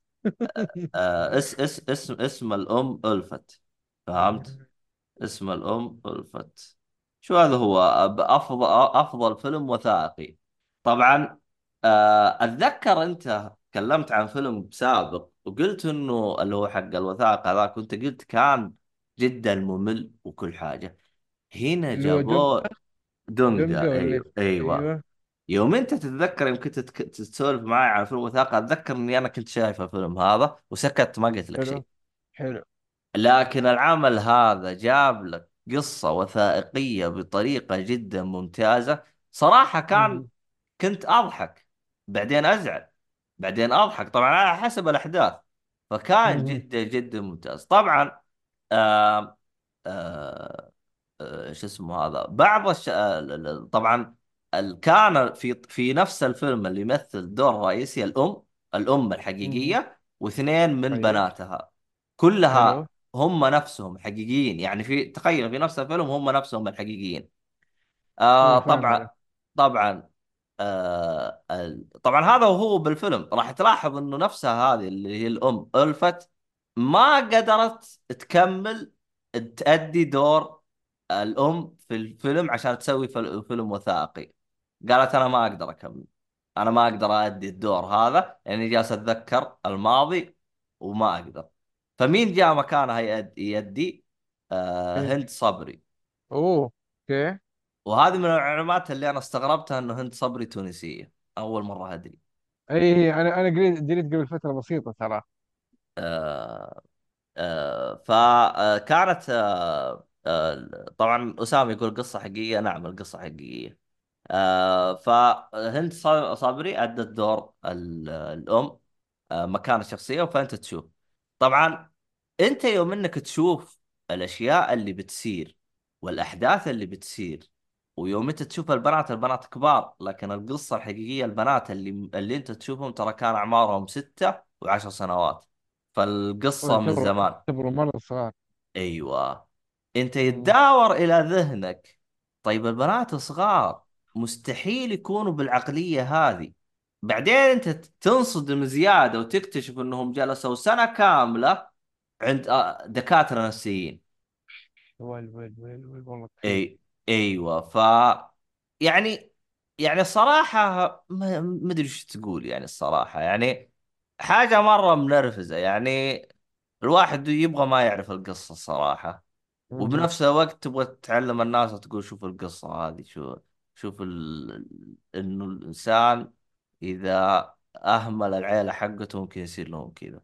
اسم الأم ألفت، فهمت؟ اسم الأم ألفت. شو هذا هو أفضل فيلم وثائقي. طبعا أتذكر أنت تكلمت عن فيلم سابق وقلت إنه اللي هو حق الوثائق هذا، كنت قلت كان جدا ممل وكل حاجة. هنا اللي هو دونجا. جابوه. دونجا، دونجا ولا إيش؟ ايوه ايوه. ايوه. يوم انت تتذكر يوم كنت تسولف معي عن فيلم وثائقي، اتذكر اني انا كنت شايف الفيلم هذا وسكت ما قلت لك حلو شيء. حلو. لكن العمل هذا جاب لك قصة وثائقية بطريقة جدا ممتازة. صراحة مهم. كنت اضحك، بعدين ازعل، بعدين اضحك، طبعا على حسب الاحداث. فكان مهم. جدا ممتاز طبعا. آه آه شو اسمه هذا، بعض طبعا كان في نفس الفيلم اللي يمثل دور رئيسي الأم مهم. الحقيقية واثنين من طيب. بناتها حلو. كلها هم نفسهم حقيقيين، يعني تخيل في نفس الفيلم هم نفسهم الحقيقيين. فاهم طبعا. عليك. طبعا طبعا هذا وهو بالفيلم راح تلاحظ انه نفسها هذه اللي هي الام ألفت ما قدرت تكمل تأدي دور الام في الفيلم عشان تسوي فيلم وثائقي. قالت انا ما اقدر اكمل، انا ما اقدر أدي الدور هذا يعني جالس اتذكر الماضي وما اقدر. فمين جاء مكانها يدي ايه. هند صبري. اوه. اوكي. وهذه من المعلومات اللي انا استغربتها انه هند صبري تونسية، اول مرة ادري. اي انا دريت قبل فترة بسيطة ترى. آه فكانت طبعا أسامة يقول قصة حقيقية، نعم القصة حقيقية. فهند صابري أدت دور الأم مكان الشخصية، فأنت تشوف طبعا. أنت يوم أنك تشوف الأشياء اللي بتصير والأحداث اللي بتصير، ويوم أنت تشوف البنات كبار، لكن القصة الحقيقية البنات اللي أنت تشوفهم ترى كان أعمارهم 6 و10 سنوات، فالقصة من يعتبروا زمان. يعتبروا مرة صغار. ايوه. انت مم. يتداور الى ذهنك، طيب البنات صغار مستحيل يكونوا بالعقلية هذه. بعدين انت تنصدم زيادة وتكتشف انهم جلسوا سنة كاملة عند دكاترة نفسيين. ويل ويل ويل ويل والله تخيل. اي ايوه. يعني يعني الصراحه ما ادري ايش تقول، يعني الصراحه يعني حاجه مره منرفزه يعني. الواحد يبغى ما يعرف القصه الصراحه، مهم. وبنفس الوقت تبغى تعلم الناس وتقول شوف القصه هذه، شوف انه الانسان اذا اهمل العيله حقته ممكن يصير لهم كذا.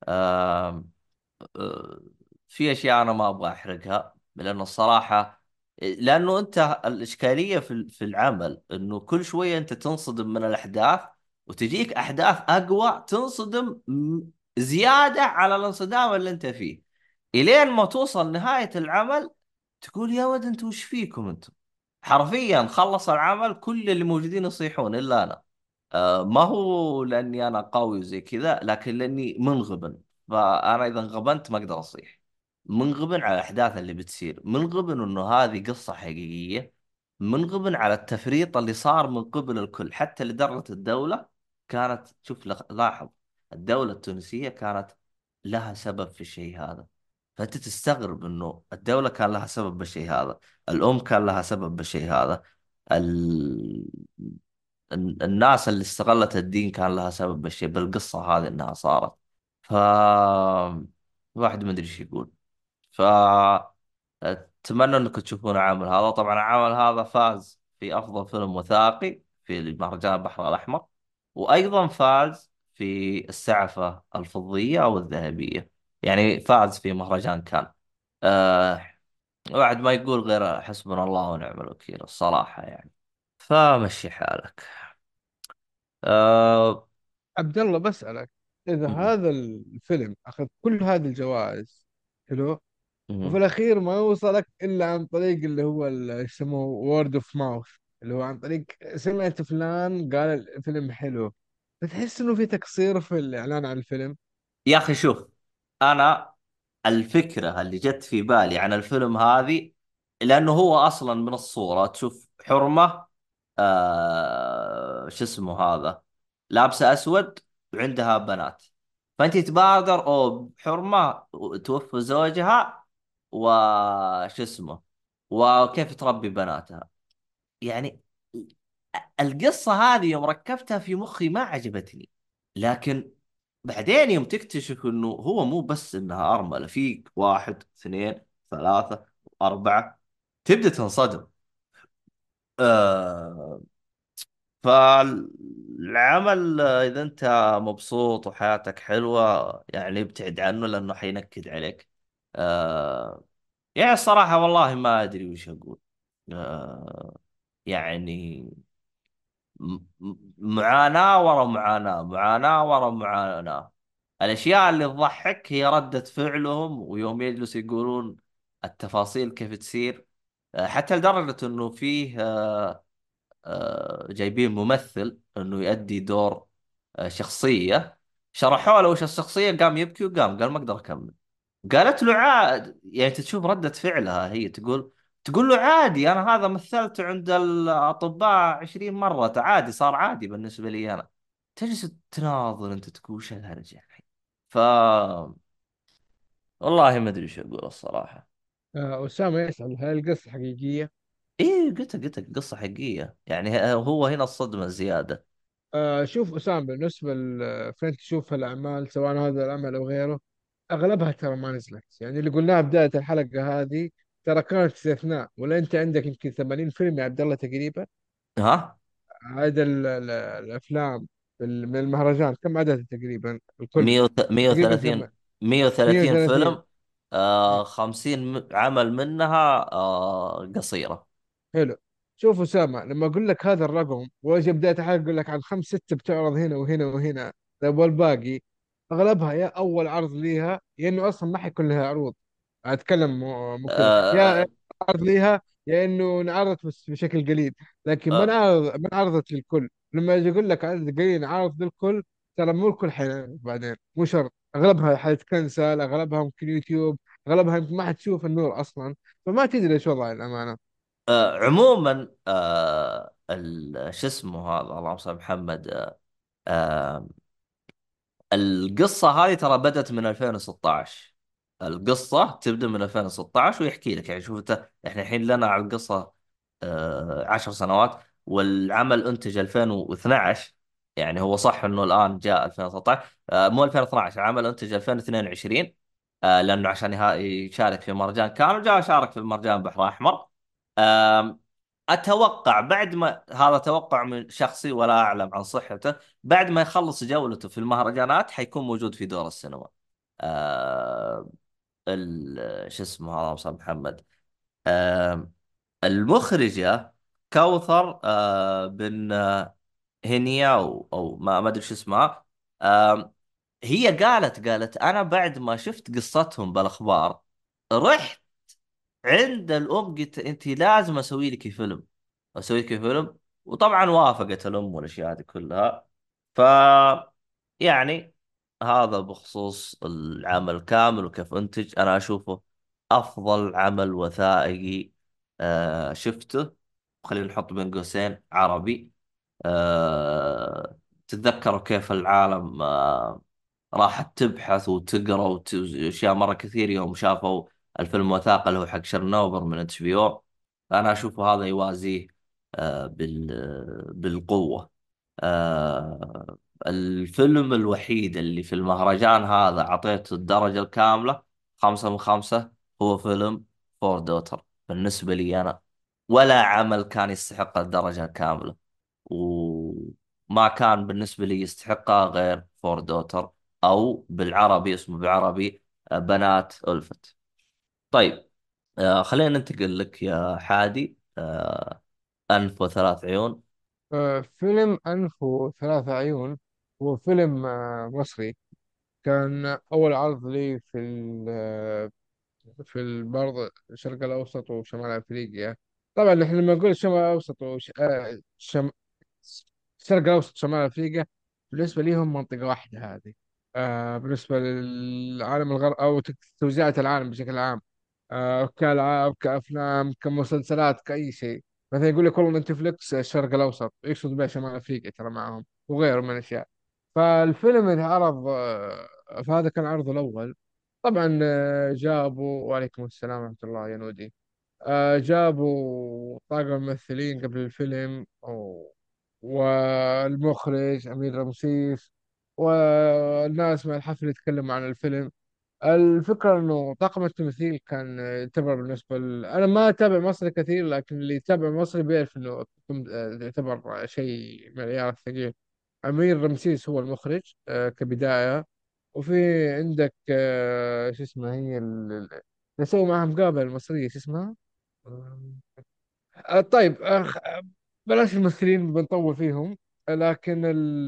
آه، في اشياء انا ما ابغى احرقها، لانه الصراحه، لانه انت الاشكاليه في العمل انه كل شويه انت تنصدم من الاحداث، وتجيك احداث اقوى تنصدم زياده على الانصدام اللي انت فيه، الين ما توصل نهايه العمل تقول يا ولد انتوا وش فيكم انتم؟ حرفيا خلص العمل كل اللي موجودين يصيحون الا انا. ما هو لاني انا قوي وزي كذا، لكن لاني منغبن. فانا اذا انغبنت ما اقدر اصيح، منغبن على الاحداث اللي بتصير، منغبن انه هذه قصة حقيقية، منغبن على التفريط اللي صار من قبل الكل، حتى لدرجة الدولة كانت، شوف لاحظ، الدولة التونسية كانت لها سبب في الشيء هذا. فانت تستغرب انه الدولة كان لها سبب بالشيء هذا، الام كان لها سبب بالشيء هذا، ال... الناس اللي استغلت الدين كان لها سبب بالشيء بالقصة هذه انها صارت. ف الواحد ما ادري ايش يقول. ف اتمنى انكم تشوفون العمل هذا. طبعا العمل هذا فاز في افضل فيلم وثائقي في مهرجان البحر الاحمر، وايضا فاز في السعفة الفضية او الذهبية، يعني فاز في مهرجان كان. أه... واحد ما يقول غير حسبنا الله ونعم الوكيل الصراحة يعني. فمشي حالك. أه... عبد الله بسألك، إذا مم. هذا الفيلم أخذ كل هذه الجوائز، حلو، وفي مم. الأخير ما يوصلك إلا عن طريق اللي هو إيش يسموه وورد اوف ماوث، اللي هو عن طريق سمعت فلان قال الفيلم حلو، بتحس إنه في تقصير في الإعلان عن الفيلم؟ يا أخي شوف، أنا الفكرة اللي جت في بالي عن الفيلم هذه، لأنه هو أصلا من الصورة تشوف حرمة، شو اسمه هذا، لابسة أسود وعندها بنات، فأنت تبادر أو حرمة توفى زوجها وش اسمه، وكيف تربي بناتها. يعني القصة هذه يوم ركبتها في مخي ما عجبتني، لكن بعدين يوم تكتشف انه هو مو بس انها ارملة، في واحد اثنين ثلاثة اربعة، تبدأ تنصدم. آه فالعمل، اذا انت مبسوط وحياتك حلوة يعني ابتعد عنه لانه حينكد عليك. آه يعني الصراحة والله ما ادري وش اقول. يعني معاناة ورا معاناة، معاناة ورا معاناة. الأشياء اللي تضحك هي ردة فعلهم، ويوم يجلسوا يقولون التفاصيل كيف تصير. حتى لدرجة أنه فيه جايبين ممثل أنه يؤدي دور شخصية، شرحوا له وش الشخصية قام يبكي وقام قال ما أقدر أكمل. قالت له عاد، يعني أنت تشوف ردة فعلها، هي تقول له عادي، أنا هذا مثلت عند الأطباء 20 مرة، عادي صار عادي بالنسبة لي أنا. تجلس تناظر أنت تقول وش الهرجة الحين. ف والله ما أدري وش أقول الصراحة. أسامة يسأل هل القصة حقيقية؟ إيه قلت لك قصة حقيقية، يعني هو هنا الصدمة زيادة. شوف أسامة، بالنسبة فين تشوف الأعمال سواء هذا العمل أو غيره، أغلبها ترى ما نزلت، يعني اللي قلناها بداية الحلقة هذه ترى كانت استثناء، ولا أنت عندك يمكن 80 فيلم يا عبد الله تقريبا. ها. عدد الأفلام من المهرجان كم عددها تقريبا الكل؟ مية تقريبا وثلاثين 130 130. فيلم. 50 عمل منها قصيرة. حلو. شوف أسامة، لما أقول لك هذا الرقم وأجي بداية الحلقة أقول لك عن خمس ست بتعرض هنا وهنا وهنا، طيب والباقي؟ أغلبها يا أول عرض ليها يا إنه أصلا ما حيكون لها عروض. أتكلم مو كذا، يا آه عرض ليها يا إنه انعرضت بس بشكل قليل، لكن آه ما انعرضت للكل. لما أجي أقول لك عدد قليل انعرض للكل، ترى مو الكل حينعرض بعدين، مو شرط، أغلبها حيتكنسل، أغلبها ممكن يوتيوب، أغلبها يمكن ما حتشوف النور أصلا، فما تدري إيش وضع الأمانة. عموما شو اسمه هذا، اللهم صل على محمد. آه القصة هذه ترى بدأت من 2016. القصة تبدأ من 2016 ويحكي لك، يعني شوف انت، احنا الحين لنا على القصة 10 سنوات، والعمل انتج 2012. يعني هو صح انه الان جاء 2013، مو 2012، العمل انتج 2022. لانه عشان يشارك في مهرجان كان، جاء شارك في مهرجان بحر احمر. آم، اتوقع بعد ما، هذا توقع من شخصي ولا اعلم عن صحته، بعد ما يخلص جولته في المهرجانات حيكون موجود في دور السينما. آه، شو اسمه هذا، مصطفى محمد. المخرجة كوثر بن هنيا، أو ما أدري شو اسمها. آم، هي قالت أنا بعد ما شفت قصتهم بالأخبار، رحت عند الأم قلت أنت لازم أسوي لك فيلم. وطبعا وافقت الأم والأشياء هذه كلها. ف يعني هذا بخصوص العمل كامل وكيف أنتج. أنا أشوفه أفضل عمل وثائقي شفته. خلينا نحط بين قوسين عربي. تتذكروا كيف العالم راحت تبحث وتقرا واشياء مره كثير يوم شافوا الفيلم وثائقي اللي هو حق شرنوبر من اتش بي او. انا اشوفه هذا يوازيه بالقوه. الفيلم الوحيد اللي في المهرجان هذا اعطيته الدرجه الكامله 5 من 5، هو فيلم فور دوتر بالنسبه لي انا. ولا عمل كان يستحق الدرجه الكامله، وما كان بالنسبة لي يستحقها غير فور دوتر، أو بالعربي اسمه بالعربي بنات ألفت. طيب، خلينا ننتقل لك يا حادي. أنف وثلاث عيون. فيلم أنف وثلاثة عيون هو فيلم مصري. كان أول عرض لي في برضه الشرق الأوسط وشمال أفريقيا. طبعا نحن لما نقول الشمال الأوسط الشرق الأوسط شمال أفريقيا، بالنسبة ليهم منطقة واحدة هذه. بالنسبة للعالم الغرب أو توزيعة العالم بشكل عام، كألعاب كأفلام كمسلسلات كأي شيء. مثلا يقول لك والله نتفليكس الشرق الأوسط، يقصد بها شمال أفريقيا ترى معهم وغيره من الأشياء. فالفيلم اللي عرض فهذا كان عرضه الأول. طبعا جابوا، وعليكم السلام ورحمة الله يا نودي. جابوا طاقم ممثلين قبل الفيلم والمخرج أمير رمسيس والناس مع الحفل يتكلموا عن الفيلم. الفكرة إنه طاقم التمثيل كان يعتبر بالنسبة أنا ما أتابع مصري كثير، لكن اللي يتابع مصري بيعرف إنه يعتبر شيء من العيار الثقيل. أمير رمسيس هو المخرج كبداية. وفي عندك شو اسمها هي نسوي معها مقابلة المصرية شو اسمها. طيب بلاش الممثلين بنطول فيهم. لكن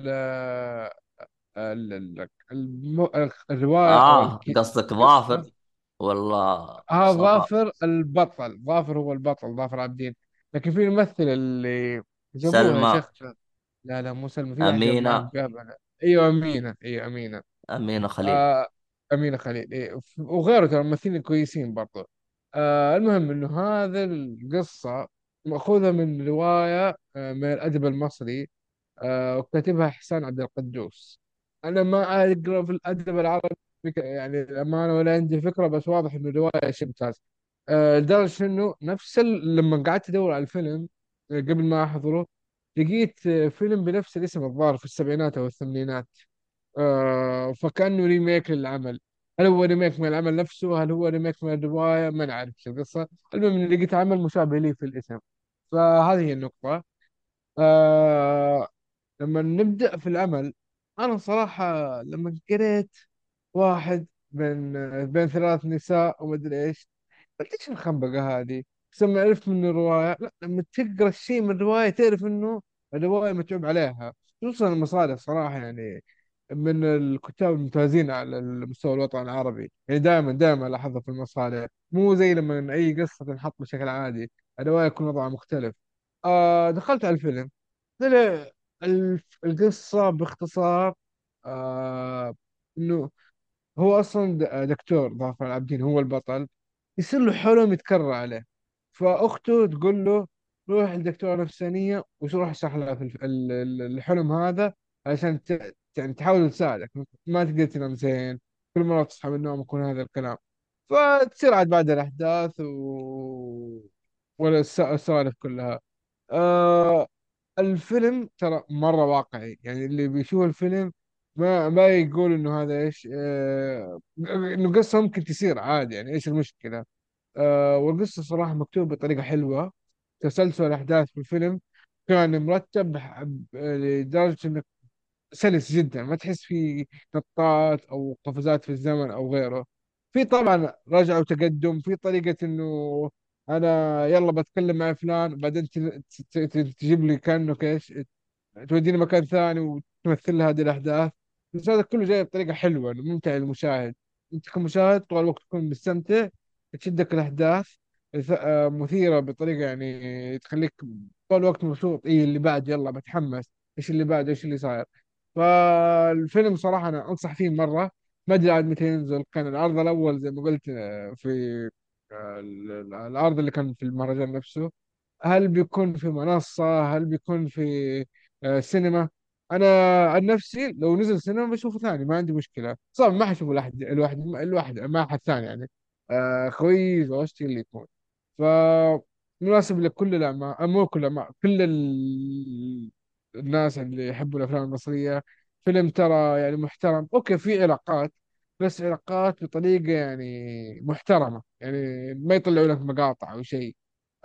الرواية أو قصدك القصة. ظافر ولا صلاح؟ ظافر البطل، ظافر هو البطل، ظافر عابدين. لكن في الممثل اللي جابوها يا سلمى. شيخ. لا لا مو سلمى، في واحدة معها أمينة. مقابلة. أيوة أمينة، أيوة أمينة. أمينة خليل. آه أمينة خليل، إيه. وغيره ترى ممثلين كويسين برضو. المهم إنه هذا القصة مأخوذة من رواية من الأدب المصري، وكاتبها إحسان عبد القدوس. أنا ما أقرأ في الأدب العربي يعني الأمانة، ولا عندي فكرة، بس واضح إنه رواية شيء ممتاز. لدرجة إنه لما قعدت أدور على الفيلم قبل ما أحضره، لقيت فيلم بنفس الاسم الظاهر في السبعينات أو الثمانينات. فكأنه ريميك للعمل. هل هو ريميك من العمل نفسه؟ هل هو ريميك من الرواية؟ ما نعرف شو القصة. المهم إني لقيت عمل مشابه لي في الاسم. فهذه هي النقطة. آه لما نبدأ في العمل، أنا صراحة لما قريت واحد بين ثلاث نساء ومدري إيش، قلت إيش الخنبقة هذه؟ بس لما عرفت من الرواية، لا، لما تقرأ الشيء من الرواية تعرف إنه الرواية متعوب عليها. خصوصا المصاري صراحة يعني من الكتاب الممتازين على المستوى الوطني العربي. يعني دائما ألاحظها في المصاري، مو زي لما أي قصة تنحط بشكل عادي، الرواية يكون وضعها مختلف. دخلت على الفيلم. طلع القصة باختصار آه إنه هو أصلا دكتور ظافر العابدين هو البطل. يصير له حلم يتكرر عليه، فأخته تقول له روح لدكتورة نفسانية وروح اشرح لها في الحلم هذا، عشان يعني تحاول تساعدك. ما تقدر تنام زين، كل مرة تصحى من النوم يكون هذا الكلام. فتصير عاد بعد الأحداث ولا السوالف كلها. آه الفيلم ترى مرة واقعي، يعني اللي بيشوف الفيلم ما يقول انه هذا ايش، انه قصة ممكن تصير عادي، يعني ايش المشكلة. والقصة صراحة مكتوبة بطريقة حلوة. تسلسل الأحداث في الفيلم كان مرتب لدرجة إنك سلس جدا، ما تحس في نطات أو قفزات في الزمن أو غيره. في طبعا رجعة وتقدم في طريقة إنه أنا يلا بتكلم مع فلان، وبعدين تجيب لي كأنه كيش، توديني مكان ثاني وتمثل لي هذه الأحداث. بس هذا كله جاي بطريقة حلوة ممتع للمشاهد. أنت كمشاهد طول الوقت تكون مستمتع، تشدك الأحداث، مثيرة بطريقة يعني تخليك طول الوقت مبسوط. إيه اللي بعد، يلا بتحمس، إيش اللي بعد، إيش اللي صاير. فالفيلم صراحة أنا أنصح فيه مرة. ما أدري عاد متى ينزل. كان العرض الأول زي ما قلت في العرض اللي كان في المهرجان نفسه. هل بيكون في منصة، هل بيكون في سينما؟ أنا عن نفسي لو نزل سينما بشوفه ثاني، ما عندي مشكلة. صعب ما حشوفه الواحد ما حد ثاني يعني. خوي زوجتي اللي يكون. ف مناسب لكل الأعمار، مو كل الأعمار، كل الناس اللي يحبوا الأفلام المصرية. فيلم ترى يعني محترم. أوكي في علاقات، بس علاقات بطريقة يعني محترمة، يعني ما يطلعوا لك مقاطع أو شيء.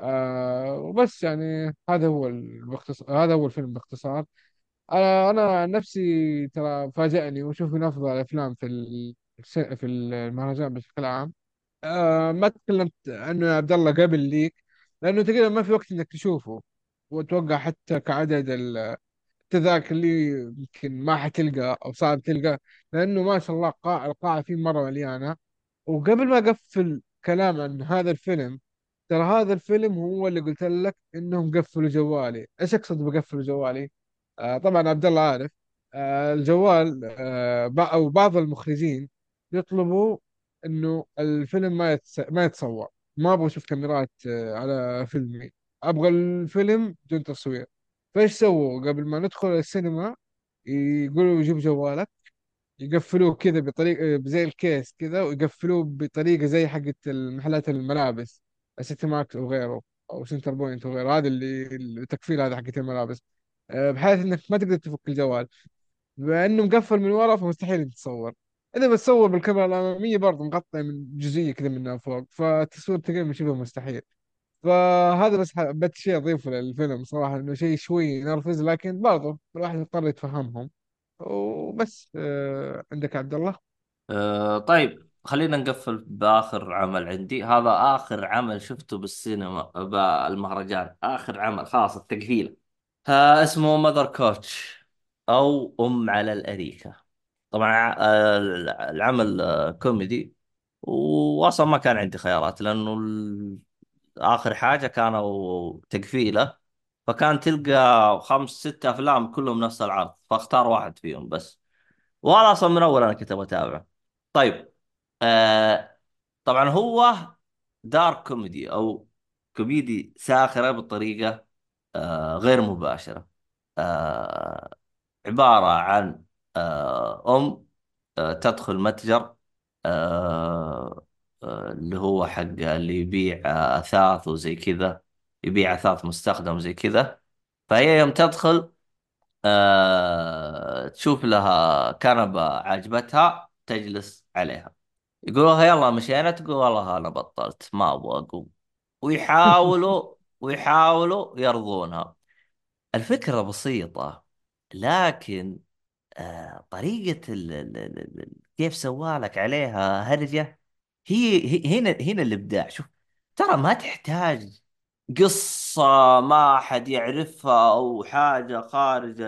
وبس يعني هذا هو الفيلم باختصار. أنا عن نفسي ترى فاجأني وأشوف من أفضل الأفلام في المهرجان بشكل عام. ما تكلمت عنه يا عبد الله قبل ليك، لأنه تقريبا ما في وقت إنك تشوفه. وأتوقع حتى كعدد التذاكر اللي يمكن ما حتلقى أو صعب تلقى، لأنه ما شاء الله القاعة فيه مرة مليانة. وقبل ما أقفل كلام عن هذا الفيلم، ترى هذا الفيلم هو اللي قلت لك إنهم قفلوا جوالي. إيش أقصد بقفلوا جوالي؟ طبعا عبد الله عارف. الجوال، أو بعض المخرجين يطلبوا إنه الفيلم ما يتصور. ما أبغى أشوف كاميرات على فيلمي، أبغى الفيلم بدون تصوير. فإيش سووا قبل ما ندخل السينما؟ يقولوا جيب جوالك، يقفلوه كذا بطريقة زي الكيس كذا، ويقفلوه بطريقة زي حقت المحلات الملابس، سيتي ماكس أو غيره، أو سنتر بوينت وغيره. هذا التقفيل هذا حقت الملابس. بحيث إنك ما تقدر تفك الجوال. بما إنه مقفل من ورا فمستحيل إنك تصور. إذا بتصور بالكاميرا الأمامية برضه مغطى من جزئية كذا منها فوق، فالتصوير تقريبا شبه مستحيل. فهذا بس حبيت شيء أضيفه للفيلم صراحة، إنه شيء شوي ينرفز، لكن برضه الواحد يضطر يتفهمهم. وبس. عندك عبد الله. طيب خلينا نقفل بآخر عمل عندي. هذا آخر عمل شفته بالسينما بالمهرجان، آخر عمل خاص التقفيل. اسمه ماذر كوتش، أو أم على الأريكة. طبعا العمل كوميدي. وأصلا ما كان عندي خيارات، لأنه آخر حاجة كانوا تقفيلة. فكان تلقى خمس ست أفلام كلهم نفس العرض، فاختار واحد فيهم بس. وانا اصلا من اول انا كنت بتابعه. طيب. آه طبعا هو دارك كوميدي، او كوميدي ساخرة بطريقة غير مباشرة. آه عبارة عن أم تدخل متجر، اللي هو حق اللي يبيع أثاث وزي كذا، يبيع أثاث مستخدم وزي كذا. فهي يوم تدخل تشوف لها كنبة عجبتها تجلس عليها. يقولوا لها يلا مشينا، تقول والله أنا بطلت ما أبغى أقوم. ويحاولوا يرضونها. الفكرة بسيطة، لكن طريقة كيف سوالك عليها هرجة. هنا الإبداع. شوف، ترى ما تحتاج قصة ما حد يعرفها، أو حاجة خارج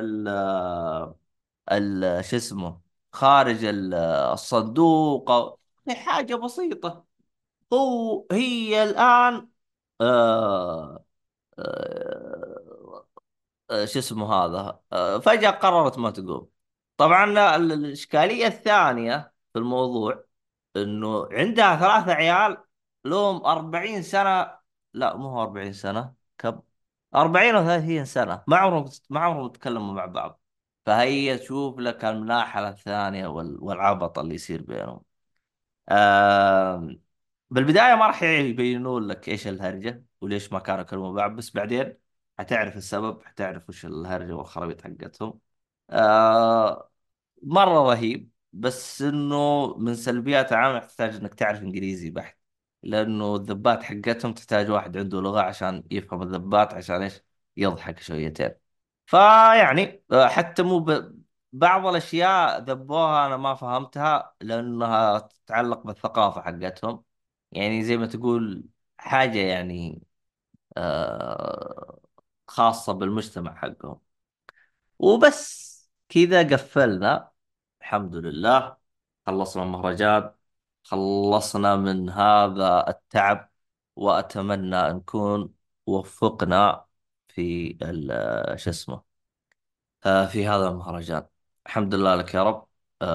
ال شو اسمه، خارج الصندوق، أو حاجة بسيطة. هي الآن آه شو اسمه هذا، فجأة قررت ما تقوم. طبعا الإشكالية الثانية في الموضوع انه عندها ثلاثة عيال لهم 40 سنة. لا مو هو 40 سنة، كم، 40 او 30 سنة، ما عمرهم يتكلموا مع بعض. فهي تشوف لك الناحية الثانية والعبط اللي يصير بينهم. آم، بالبداية ما راح يبينون لك ايش الهرجة. وليش ما كانوا يكلمون بعض، بس بعدين حتعرف السبب، حتعرف وش الهرجة والخرابيط حقتهم. آه مرة رهيب، بس انه من سلبيات العمل تحتاج انك تعرف انجليزي بحت، لانه الذبات حقتهم تحتاج واحد عنده لغة عشان يفهم الذبات، عشان ايش؟ يضحك شويتين. فيعني حتى مو بعض الاشياء ذبوها انا ما فهمتها لانها تتعلق بالثقافة حقتهم، يعني زي ما تقول حاجة يعني آه خاصة بالمجتمع حقهم. وبس كذا قفلنا، الحمد لله، خلصنا المهرجان، خلصنا من هذا التعب، وأتمنى أن نكون وفقنا في شو اسمه في هذا المهرجان. الحمد لله لك يا رب.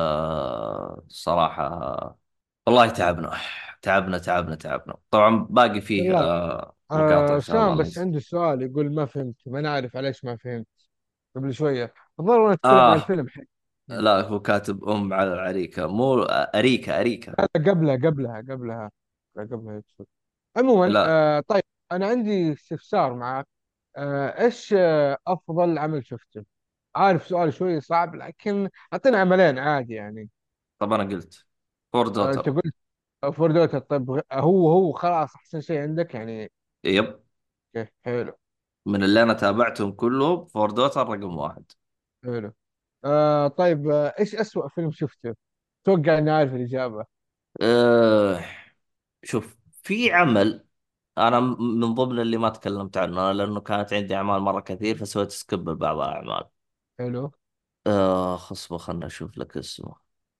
صراحة والله تعبنا، تعبنا طبعا، باقي فيه والله. مقاطع إن شاء الله أسامة بس ننزل. عنده سؤال، يقول ما فهمت، ما أنا عارف عليش ما فهمت قبل شوية. الظاهر نتكلم عن آه الفيلم حق. لا، هو كاتب على العريكة، مو أريكة. لا، قبلها. لا، قبلها يقصد. عموما لا طيب، أنا عندي استفسار معك. إيش أفضل عمل شفته؟ عارف سؤال شوي صعب، لكن أعطينا عملين عادي يعني. طب أنا قلت فور أنت دوتر. قلت فور دوتر. طيب هو خلاص أحسن شيء عندك يعني؟ يب، أوكي، حلو. من اللي أنا تابعتهم كلهم فور دوتر رقم واحد. حلو. طيب، إيش أسوأ فيلم شفته؟ أتوقع إني عارف الإجابة. أه شوف، في عمل أنا من ضمن اللي ما تكلمت عنه، لأنه كانت عندي أعمال مرة كثير فسويت سكيب لبعض الأعمال. حلو. اصبر خلنا اشوف لك اسمه.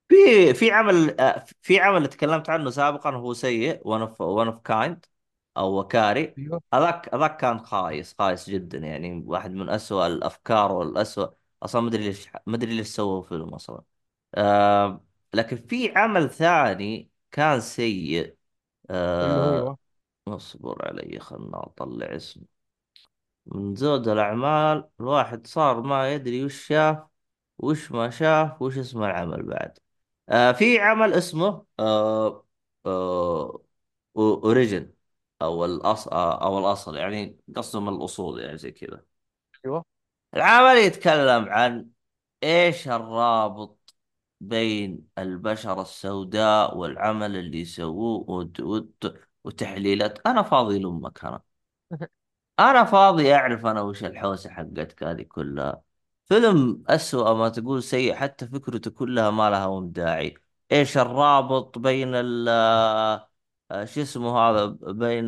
في عمل تكلمت عنه سابقا هو سيء، ون اوف كايند او وكاري. أيوه. هذاك كان خايس جدا، يعني واحد من أسوأ الافكار والأسوأ. اصلا ما ادري ليش سووا فيلم اصلا. لكن في عمل ثاني كان سيء. اللي آه هو. اصبر علي خلنا اطلع اسمه. من زود الأعمال الواحد صار ما يدري وش شاف وش ما شاف وش اسم العمل بعد. في عمل اسمه أوريجن، أو الأصل يعني قصدهم الأصول يعني زي كذا. أيوه. العمل يتكلم عن إيش الرابط بين البشرة السوداء والعمل اللي يسووه وتحليلات. أنا فاضي لأمك، أنا فاضي أعرف أنا وش الحوسة حقتك هذه كلها. فيلم أسوأ ما تقول سيء، حتى فكرته كلها ما لها وم داعي. إيش الرابط بين ال شو اسمه هذا، بين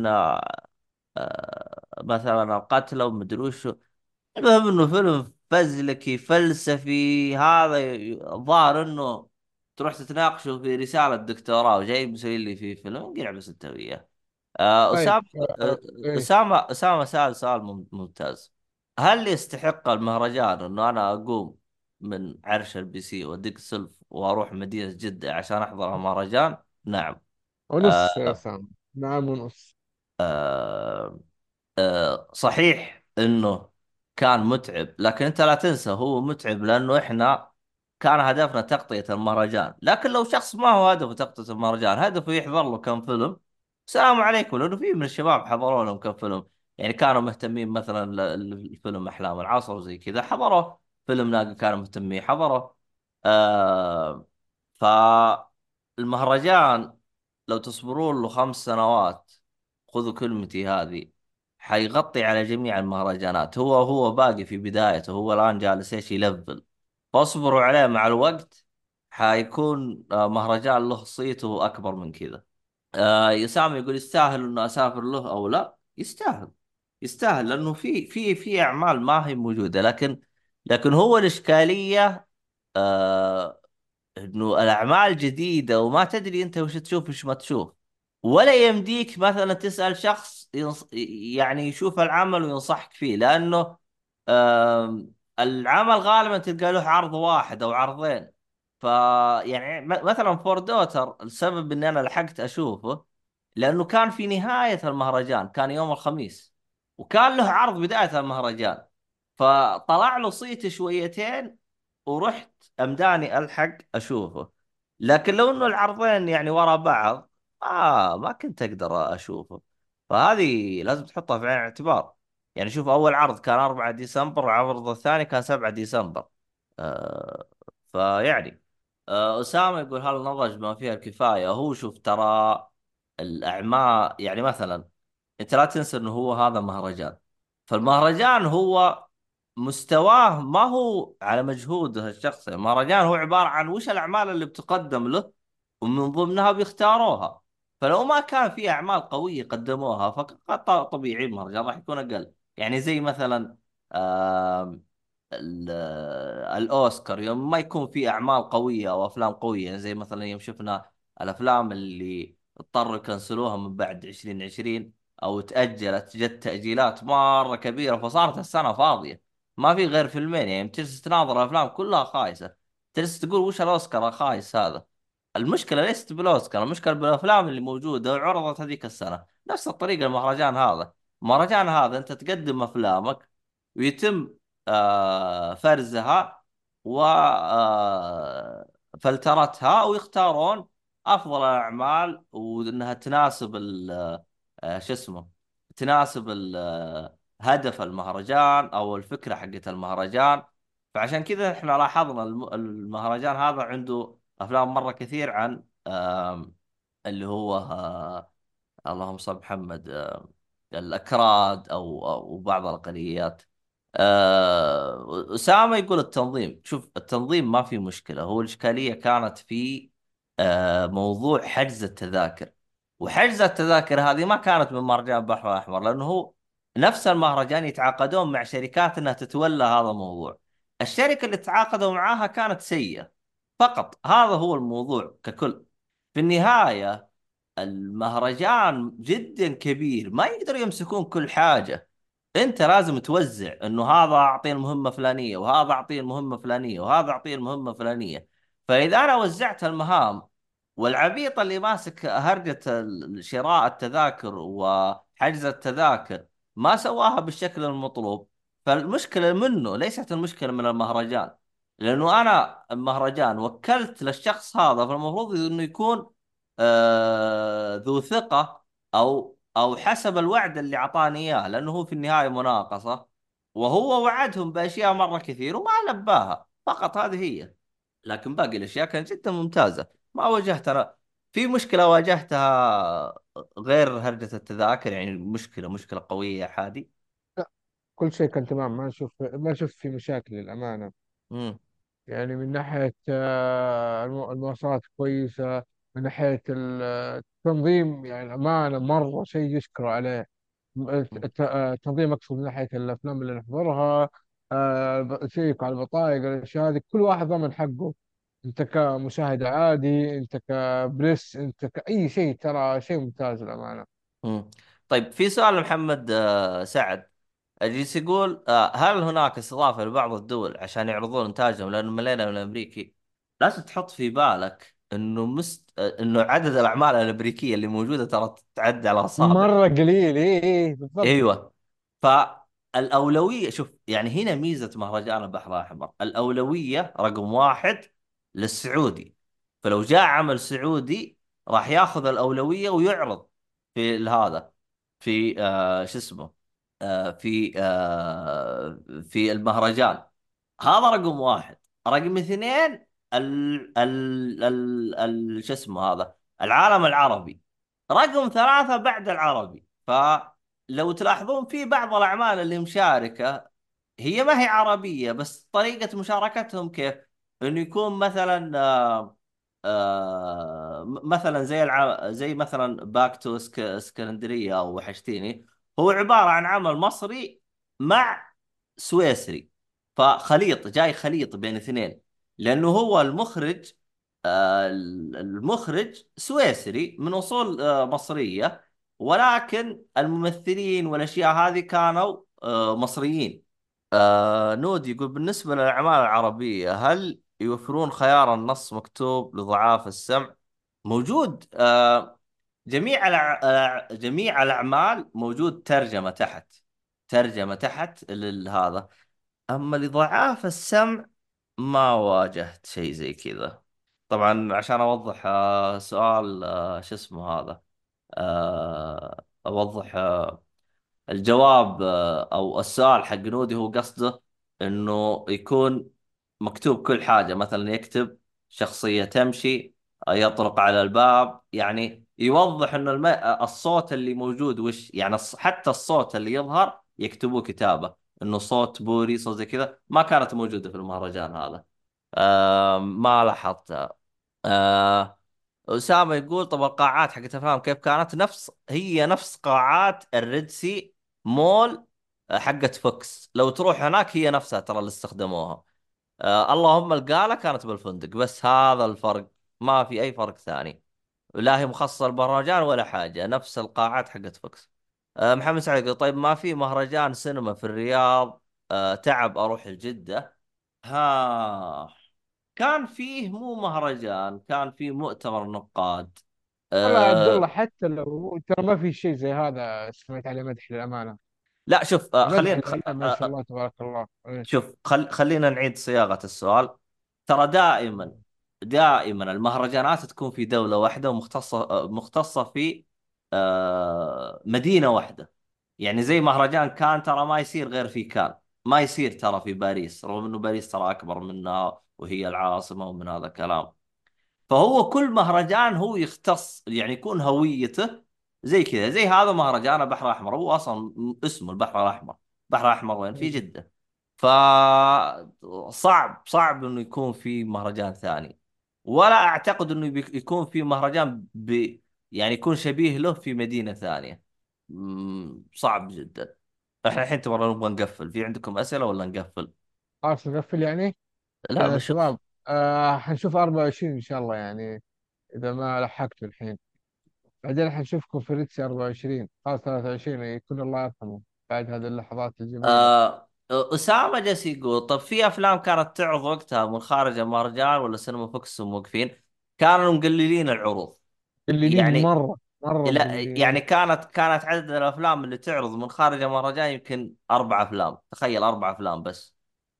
مثلا القتلى ومدري وش. المهم إنه فيلم فزلكي فلسفي، هذا الظاهر إنه تروح تتناقشوا في رسالة دكتوراه وجاي مسوي لي فيه فيلم انقلع بس انت وياه. طيب. أسامة إيه. أسامة سأل سؤال ممتاز. هل يستحق المهرجان إنه أنا أقوم من عرش البي سي وأدق سلف وأروح مدينة جدة عشان أحضر المهرجان؟ نعم. ونص يا آه سام. نعم، ونص. آه صحيح انه كان متعب، لكن انت لا تنسى هو متعب لانه احنا كان هدفنا تغطية المهرجان. لكن لو شخص ما هو هدفه تغطية المهرجان، هدفه يحضر له كم فيلم، السلام عليكم. لانه في من الشباب حضروا لهم كم فيلم، يعني كانوا مهتمين مثلا الفيلم احلام العصر وزي كذا حضروا، فيلم ناقة كانوا مهتمين حضروا. آه فالمهرجان لو تصبرون له 5 سنوات، خذوا كلمتي هذه، حيغطي على جميع المهرجانات. هو باقي في بدايته، هو الآن جالس ايش يلفل، فاصبروا عليه مع الوقت حيكون مهرجان له صيته أكبر من كذا. يسام يقول يستاهل انه اسافر له او لا؟ يستاهل، يستاهل لانه في اعمال ما هي موجوده، لكن هو الاشكاليه آه انه الاعمال جديده وما تدري انت وش تشوف وش ما تشوف. ولا يمديك مثلا تسال شخص يعني يشوف العمل وينصحك فيه، لانه العمل غالبا تلقى له عرض واحد او عرضين. ف يعني مثلا فور دوتر، السبب اني انا لحقت اشوفه لانه كان في نهايه المهرجان، كان يوم الخميس، وكان له عرض بدايه المهرجان، فطلع له صيت شويتين ورحت امداني الحق اشوفه. لكن لو انه العرضين يعني ورا بعض ما كنت اقدر اشوفه. فهذه لازم تحطها في عين الاعتبار. يعني شوف، أول عرض كان 4 ديسمبر، العرض الثاني كان 7 ديسمبر. آه فيعني أسامة يقول هل نضج ما فيها الكفاية؟ هو شوف ترى الأعمال، يعني مثلا أنت لا تنسى أنه هو هذا مهرجان. فالمهرجان هو مستواه ما هو على مجهوده الشخصي. المهرجان هو عبارة عن وش الأعمال اللي بتقدم له، ومن ضمنها بيختاروها. فلو ما كان في أعمال قوية قدموها، فطبيعي المهرجان راح يكون أقل. يعني زي مثلا آم، الأوسكار يوم ما يكون في أعمال قوية أو أفلام قوية، يعني زي مثلا يوم شفنا الأفلام اللي اضطروا يكنسلوها من بعد 2020 أو تأجلت، جت تأجيلات مرة كبيرة، فصارت السنة فاضية، ما في غير فيلمين. يعني تجلس تناظر الأفلام كلها خايسة، تجلس تقول وش الأوسكار الخايس هذا. المشكلة ليست بالأوسكار، المشكلة بالأفلام اللي موجودة وعرضت هذيك السنة. نفس الطريقة المهرجان هذا، المهرجان هذا أنت تقدم أفلامك ويتم فرزها وفلترتها، ويختارون أفضل الأعمال وأنها تناسب شو اسمه، تناسب هدف المهرجان أو الفكرة حقت المهرجان. فعشان كذا احنا لاحظنا المهرجان هذا عنده افلام مره كثير عن اللي هو اللهم صل محمد، الاكراد او بعض الاقليات. أسامة يقول التنظيم، شوف التنظيم ما في مشكلة، هو الإشكالية كانت في موضوع حجز التذاكر. وحجز التذاكر هذه ما كانت من مهرجان بحر الأحمر، لأنه هو نفس المهرجان يتعاقدون مع شركات أنها تتولى هذا الموضوع. الشركة اللي تعاقدوا معاها كانت سيئة فقط، هذا هو الموضوع ككل. في النهاية المهرجان جدا كبير، ما يقدروا يمسكون كل حاجة. انت لازم توزع انه هذا اعطيه المهمه فلانيه، وهذا اعطيه المهمه فلانيه، وهذا اعطيه المهمه فلانيه. فاذا انا وزعت المهام، والعبيط اللي ماسك هرجه شراء التذاكر وحجز التذاكر ما سواها بالشكل المطلوب، فالمشكله منه ليست المشكله من المهرجان. لانه انا المهرجان وكلت للشخص هذا، فالمفروض انه يكون ذو ثقه، او حسب الوعد اللي اعطاني اياه، لانه هو في النهايه مناقصه، وهو وعدهم باشياء مره كثير وما لباها، فقط هذه هي. لكن باقي الاشياء كانت جدا ممتازه، ما واجهت انا في مشكله واجهتها غير هرجه التذاكر. يعني مشكله قويه يا حادي. لا، كل شيء كان تمام، ما شفت في مشاكل للأمانة. امم. يعني من ناحية المواصلات كويسة، من ناحية التنظيم، يعني الأمانة مرة شيء يشكر عليه. التنظيم أقصد من ناحية الأفلام اللي نحضرها، تشيك على البطايق، الأشياء هذه كل واحد ضمن حقه. أنت كمشاهد عادي، أنت كبريس، أنت كأي شيء، ترى شيء ممتاز الأمانة. امم. طيب في سؤال لمحمد سعد، جالس يقول هل هناك استضافة لبعض الدول عشان يعرضون إنتاجهم؟ لأنه ملينا من الأمريكي. لازم تحط في بالك إنه إنه عدد الأعمال الأمريكية اللي موجودة ترى تعدي على الأصابع. مرة قليل، إيه إيه بالضبط. ايوه. فالاولويه، شوف يعني هنا ميزه مهرجان البحر الاحمر، الاولويه رقم واحد للسعودي. فلو جاء عمل سعودي راح ياخذ الاولويه ويعرض في هذا، في شو اسمه، في المهرجان. هذا رقم واحد. رقم اثنين شو اسمه هذا، العالم العربي. رقم ثلاثة بعد العربي. فلو تلاحظون في بعض الأعمال اللي مشاركة هي ما هي عربية، بس طريقة مشاركتهم كيف؟ انه يكون مثلا مثلا زي مثلا باك تو اسكندرية او وحشتيني، هو عبارة عن عمل مصري مع سويسري، فخليط جاي خليط بين اثنين. لانه هو المخرج المخرج سويسري من اصول مصرية، ولكن الممثلين والاشياء هذه كانوا مصريين. نود يقول بالنسبة للأعمال العربية هل يوفرون خيار النص مكتوب لضعاف السمع؟ موجود. جميع الأعمال موجود ترجمة تحت، ترجمة تحت لهذا. أما لضعاف السمع ما واجهت شيء زي كذا. طبعا عشان أوضح سؤال شو اسمه هذا، اوضح الجواب او السؤال حق نودي هو قصده انه يكون مكتوب كل حاجة، مثلا يكتب شخصية تمشي، يطرق على الباب، يعني يوضح انه الصوت اللي موجود وش يعني، حتى الصوت اللي يظهر يكتبوه كتابة انه صوت بوري، صوت زي كذا، ما كانت موجودة في المهرجان هذا. ما لاحظتها. آه أسامة يقول طب القاعات حقت أفلام كيف كانت؟ هي نفس قاعات الريدسي مول حقت فوكس، لو تروح هناك هي نفسها ترى اللي استخدموها. اللهم القالة كانت بالفندق، بس هذا الفرق، ما في أي فرق ثاني. لا هي مخصصة للمهرجان ولا حاجة، نفس القاعات حقت فوكس. محمد سعيد يقول طيب ما في مهرجان سينما في الرياض؟ تعب أروح الجدة. ها، كان فيه مو مهرجان، كان فيه مؤتمر نقاد. والله يا عبد الله، أه حتى لو ترى ما في شيء زي هذا سمعت عليه مدح للامانه. لا شوف، المدح لله ما شاء الله تبارك الله. إيه. شوف خلينا نعيد صياغة السؤال. ترى دائما المهرجانات تكون في دولة واحدة ومختصة، مختصة في مدينة واحدة. يعني زي مهرجان كان ترى ما يصير غير في كان، ما يصير ترى في باريس، رغم انه باريس ترى اكبر منها وهي العاصمة ومن هذا الكلام. فهو كل مهرجان هو يختص، يعني يكون هويته زي كذا. زي هذا مهرجان البحر الأحمر، هو أصلا اسمه البحر الأحمر. البحر الأحمر وين؟ في إيه. جدة. فصعب إنه يكون في مهرجان ثاني، ولا أعتقد إنه يكون في مهرجان يعني يكون شبيه له في مدينة ثانية. صعب جدا. احنا الحين تبغى نبغى نقفل؟ في عندكم أسئلة ولا نقفل؟ خلاص نقفل يعني. لا يا بشوف. شباب، حنشوف 24 ان شاء الله يعني، اذا ما لحقتوا الحين. بعدين حنشوفكم في ريتسي 24، خلاص 23 يكون الله يرحمه بعد هذه اللحظات الجميله. أسامة جالس يقول طب في أفلام كانت تعرض وقتها من خارج المهرجان ولا سينما فوكس موقفين؟ كانوا مقللين العروض. مقلدين يعني مره مره لا يعني مقلدين. كانت عدد الأفلام اللي تعرض من خارج المهرجان يمكن 4 أفلام، تخيل 4 أفلام بس.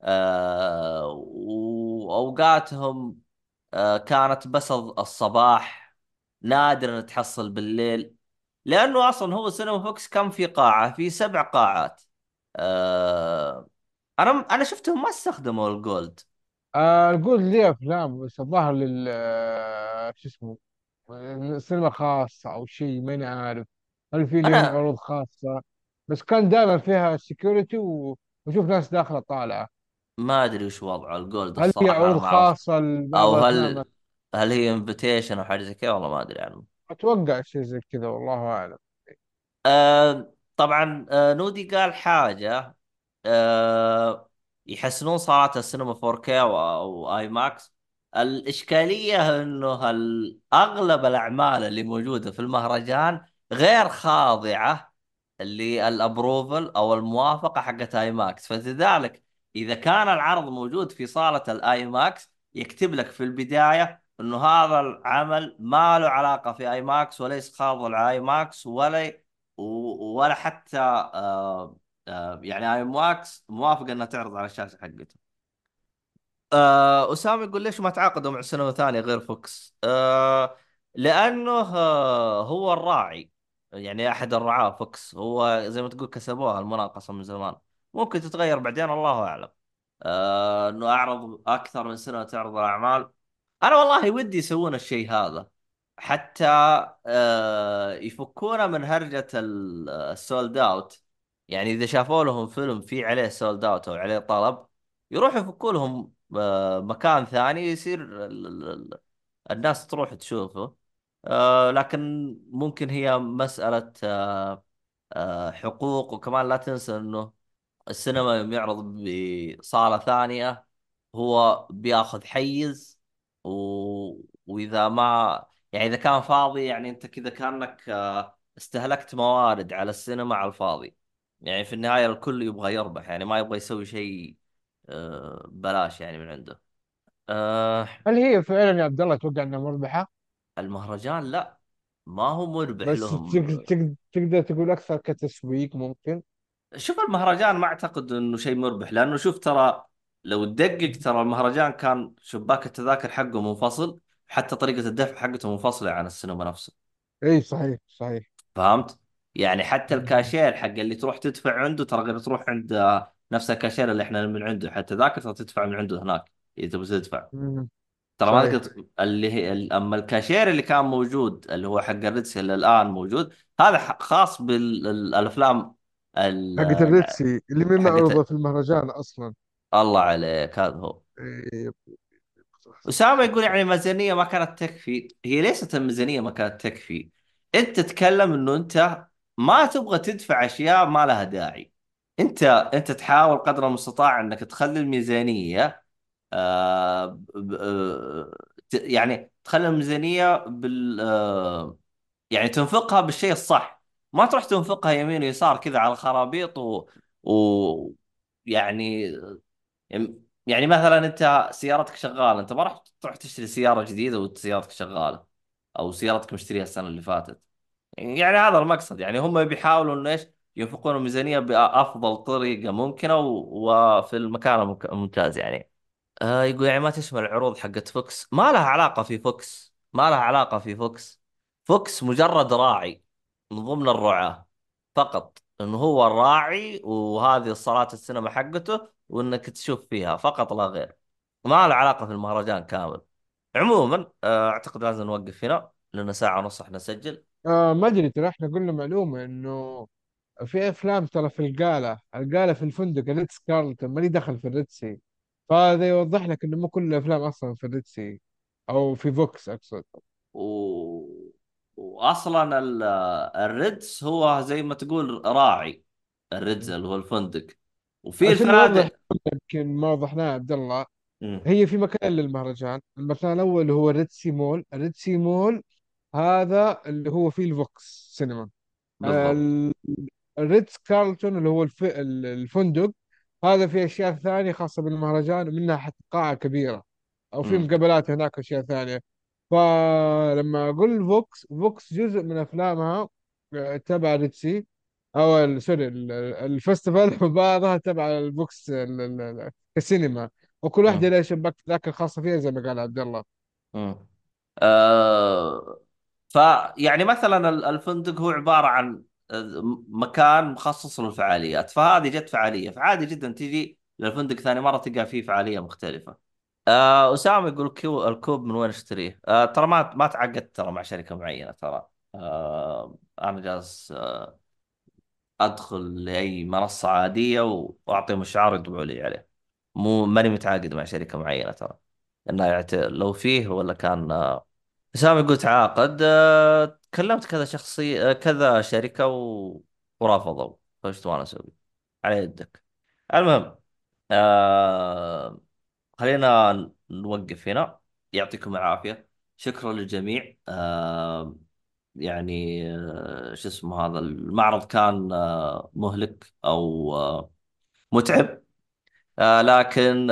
وأوقاتهم كانت بس الصباح، نادر أن تحصل بالليل، لأنه أصلا هو سينما فوكس كم في قاعة؟ في 7 قاعات. آه انا شفتهم ما استخدموا الجولد. الجولد ليه افلام، بس الظاهر لل شو اسمه، سينما خاصه او شيء ماني عارف. هل في لهم انا عروض خاصه؟ بس كان دائما فيها سكيورتي وشوف ناس داخله طالعه. ما ادري وش وضع الجولد هل في الصراحه، انا عروض ما اعرف. خاصه لبعض او الافلام؟ هل هي انفيتيشن او حاجه زي كذا، والله ما ادري عنه. اتوقع شيء زي كذا، والله اعلم. طبعا نودي قال حاجه. يحسنون صالات السينما 4K او اي ماكس. الاشكاليه انه اغلب الاعمال اللي موجوده في المهرجان غير خاضعه للابروفل او الموافقه حقت اي ماكس، فلذلك اذا كان العرض موجود في صاله الاي ماكس يكتب لك في البدايه انه هذا العمل ما له علاقه في اي ماكس، وليس خاضع لاي ماكس، ولا حتى يعني اي ماكس موافق انها تعرض على الشاشه حقته. أسامة يقول ليش ما تعاقدوا مع سينما ثانية غير فوكس؟ لأنه هو الراعي، يعني أحد الرعاة فوكس، هو زي ما تقول كسبوها المناقصة من زمان. ممكن تتغير بعدين، الله أعلم. إنه أعرض أكثر من سنة تعرض الأعمال. أنا والله ودي يسوون الشيء هذا، حتى يفكونا من هرجة السولد أوت. يعني إذا شافوا لهم فيلم فيه عليه سولد أوت أو عليه طلب، يروحوا يفكوا لهم مكان ثاني يصير الناس تروح تشوفه. لكن ممكن هي مسألة حقوق، وكمان لا تنسى انه السينما يوم يعرض بصالة ثانية هو بياخذ حيز. و... واذا ما يعني اذا كان فاضي، يعني انت كذا كأنك استهلكت موارد على السينما على الفاضي. يعني في النهاية الكل يبغى يربح، يعني ما يبغى يسوي شيء بلاش يعني من عنده. آه هل هي فعلا يا عبد الله توقع انها مربحه؟ المهرجان لا، ما هو مربح بس لهم. تقدر تقول اكثر كتسويق ممكن. شوف المهرجان ما اعتقد انه شيء مربح، لانه شوف ترى لو تدقق ترى المهرجان كان شباك التذاكر حقه منفصل، حتى طريقة الدفع حقته منفصلة عن السينما نفسه. اي صحيح صحيح. فهمت؟ يعني حتى الكاشير حق اللي تروح تدفع عنده، ترى غير تروح عند نفس الكاشير اللي احنا من عنده، حتى ذاك ترى تدفع من عنده هناك اذا تبغى تدفع. مم. ترى ما صحيح. قلت اللي هي اما الكاشير اللي كان موجود اللي هو حق الريدس اللي الان موجود، هذا خاص بالافلام حقت الريتسي اللي مين معروضة حقت. في المهرجان أصلا. الله عليك، هذا هو. إيه، أسامة صح يقول صح. يعني ميزانية ما كانت تكفي. هي ليست الميزانية ما كانت تكفي، أنت تتكلم إنه أنت ما تبغى تدفع أشياء ما لها داعي. أنت تحاول قدر المستطاع إنك تخلي الميزانية يعني تخلي الميزانية يعني تنفقها بالشيء الصح. ما تروح تنفقها يمين ويسار كذا على خرابيط و... يعني يعني مثلا انت سيارتك شغاله، انت ما راح تروح تشتري سياره جديده وانت سيارتك شغاله، او سيارتك مشتريها السنه اللي فاتت. يعني هذا المقصد، يعني هم بيحاولوا انه ايش، ينفقون الميزانيه بافضل طريقه ممكنه وفي المكان الممتاز يعني. يقول يعني ما تشمل العروض حقت فوكس. ما لها علاقة في فوكس، ما لها علاقة في فوكس. فوكس مجرد راعي من ضمن الرعاة فقط، انه هو الراعي وهذه صالات السينما حقته وانك تشوف فيها فقط لا غير. ما لها علاقة في المهرجان كامل. عموما اعتقد لازم نوقف هنا لنا ساعة ونص احنا نسجل. ما أدري، ترى إحنا قلنا معلومة إنه في أفلام ترى في القالة في الفندق الريتس كارلتون، مالي دخل في الريتسي. فهذا يوضح لك إنه مو كل الأفلام أصلا في الريتسي، أو في فوكس أقصد. و... واصلا الريدز هو زي ما تقول راعي. الريدز اللي هو الفندق، وفي عشان نوضح، الفنادق. يمكن ما وضحناه عبد الله. مم. هي في مكان للمهرجان، المكان الأول هو الريتسي مول. الريتسي مول هذا اللي هو فيه الفوكس سينما. بالضبط. الريتز كارلتون اللي هو الفندق، هذا فيه أشياء ثانية خاصة بالمهرجان، ومنها حتى قاعة كبيرة، أو في مم. مقابلات هناك أشياء ثانية. فلما أقول فوكس جزء من أفلامها تبع ريتسي، أو سوري الفestival وبعضها تبع الفوكس كسينما. وكل واحدة مم. لها شباك ذاك الخاصة فيها زي ما قال عبد الله. مم. فيعني مثلا الفندق هو عبارة عن مكان مخصص للفعاليات، فهذه جت فعالية فعادي جدا تجي للفندق ثاني مرة تلقى فيه فعالية مختلفة. أسامة يقول الكوب من وين اشتريه؟ ترى ما تعقدت ترى مع شركة معينة ترى. أنا جالس ادخل لاي منصه عاديه واعطيهم الشعار يطبعوا لي عليه. مو ماني متعاقد مع شركه معينه ترى. انه لو فيه ولا كان اسامه يقول تعاقد. كلمت كذا شخصي كذا شركه ورافضوا. فايش تبغى اسوي؟ على يدك. المهم آه... خلينا نوقف هنا. يعطيكم العافيه. شكرا للجميع. يعني شو اسمه هذا المعرض كان مهلك او متعب. لكن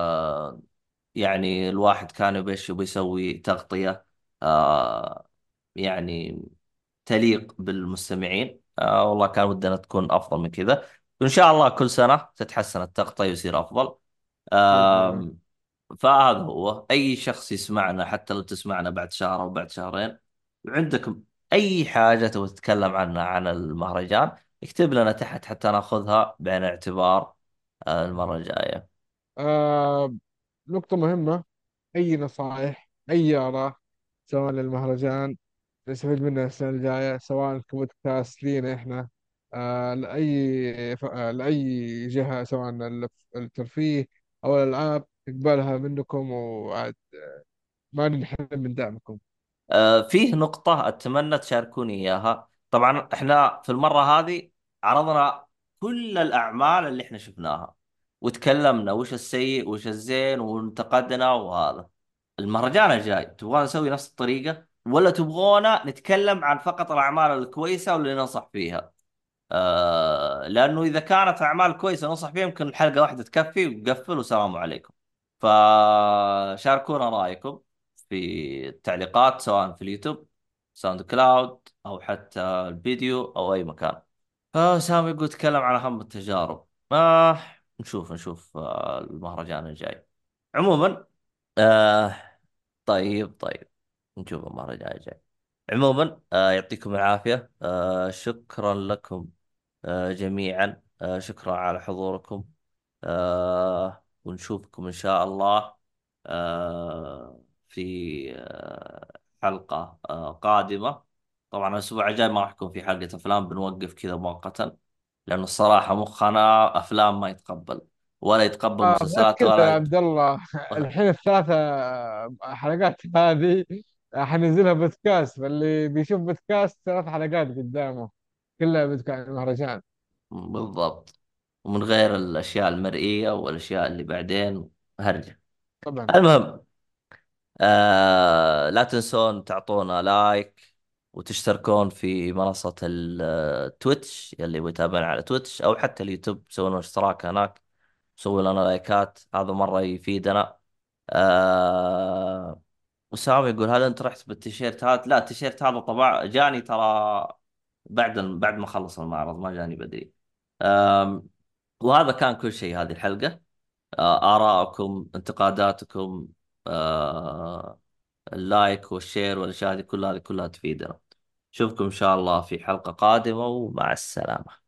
يعني الواحد كان يبي يسوي تغطية آه، يعني تليق بالمستمعين. والله كان ودنا تكون افضل من كذا. وان شاء الله كل سنة تتحسن التغطية ويصير افضل. بإذن الله. فهذا هو. أي شخص يسمعنا حتى لو تسمعنا بعد شهر أو بعد شهرين وعندك أي حاجة تبغى تتكلم عنها عن المهرجان، اكتب لنا تحت حتى ناخذها بعين الاعتبار المرة الجاية. آه نقطة مهمة، أي نصائح أي آراء سواء للمهرجان نستفيد منها السنة الجاية، سواء كبودكاست لينا إحنا، لأي جهة، سواء الترفيه أو الألعاب، نقبلها منكم، وعاد ما نحرم من دعمكم. فيه نقطة أتمنى تشاركوني إياها. طبعا إحنا في المرة هذه عرضنا كل الأعمال اللي إحنا شفناها وتكلمنا وش السيء وش الزين وانتقدنا وهذا. المهرجان الجاي تبغون نسوي نفس الطريقة ولا تبغونا نتكلم عن فقط الأعمال الكويسة واللي ننصح فيها؟ لأنه إذا كانت أعمال كويسة ننصح فيها يمكن الحلقة واحدة تكفي وقفل والسلام عليكم. فشاركونا رأيكم في التعليقات سواء في اليوتيوب، ساوند كلاود، أو حتى الفيديو أو أي مكان. سامي يقول تكلم عن أهم التجارب. نشوف المهرجان الجاي. عموما آه طيب نشوف المهرجان الجاي. عموما يعطيكم العافية، شكرا لكم جميعا، شكرا على حضوركم، ونشوفكم إن شاء الله في حلقة قادمة. طبعا الأسبوع الجاي ما راح يكون في حلقة أفلام، بنوقف كذا مؤقتا، لأن الصراحة مخنا أفلام ما يتقبل، ولا يتقبل مسلسلات متأكد يا ولا عبد الله؟ الحين الثلاثة حلقات هذه حنزلها بودكاست، فاللي بيشوف بودكاست 3 حلقات قدامه كلها بودكاست مهرجان. بالضبط، ومن غير الأشياء المرئية والأشياء اللي بعدين هرجة. طبعا. المهم، لا تنسون تعطونا لايك وتشتركون في منصة التويتش، يلي يتابعنا على تويتش أو حتى اليوتيوب، سووا لنا اشتراك هناك، سووا لنا لايكات، هذا مرة يفيدنا. وسام يقول هل أنت رحت بالتيشيرت هذا؟ لا، التيشيرت هذا طبع جاني ترى بعد ما خلص المعرض، ما جاني بدري. آم، وهذا كان كل شيء هذه الحلقة. آراءكم، انتقاداتكم، آه، اللايك والشير والاشياء هذه كلها تفيدنا. اشوفكم ان شاء الله في حلقة قادمة، ومع السلامة.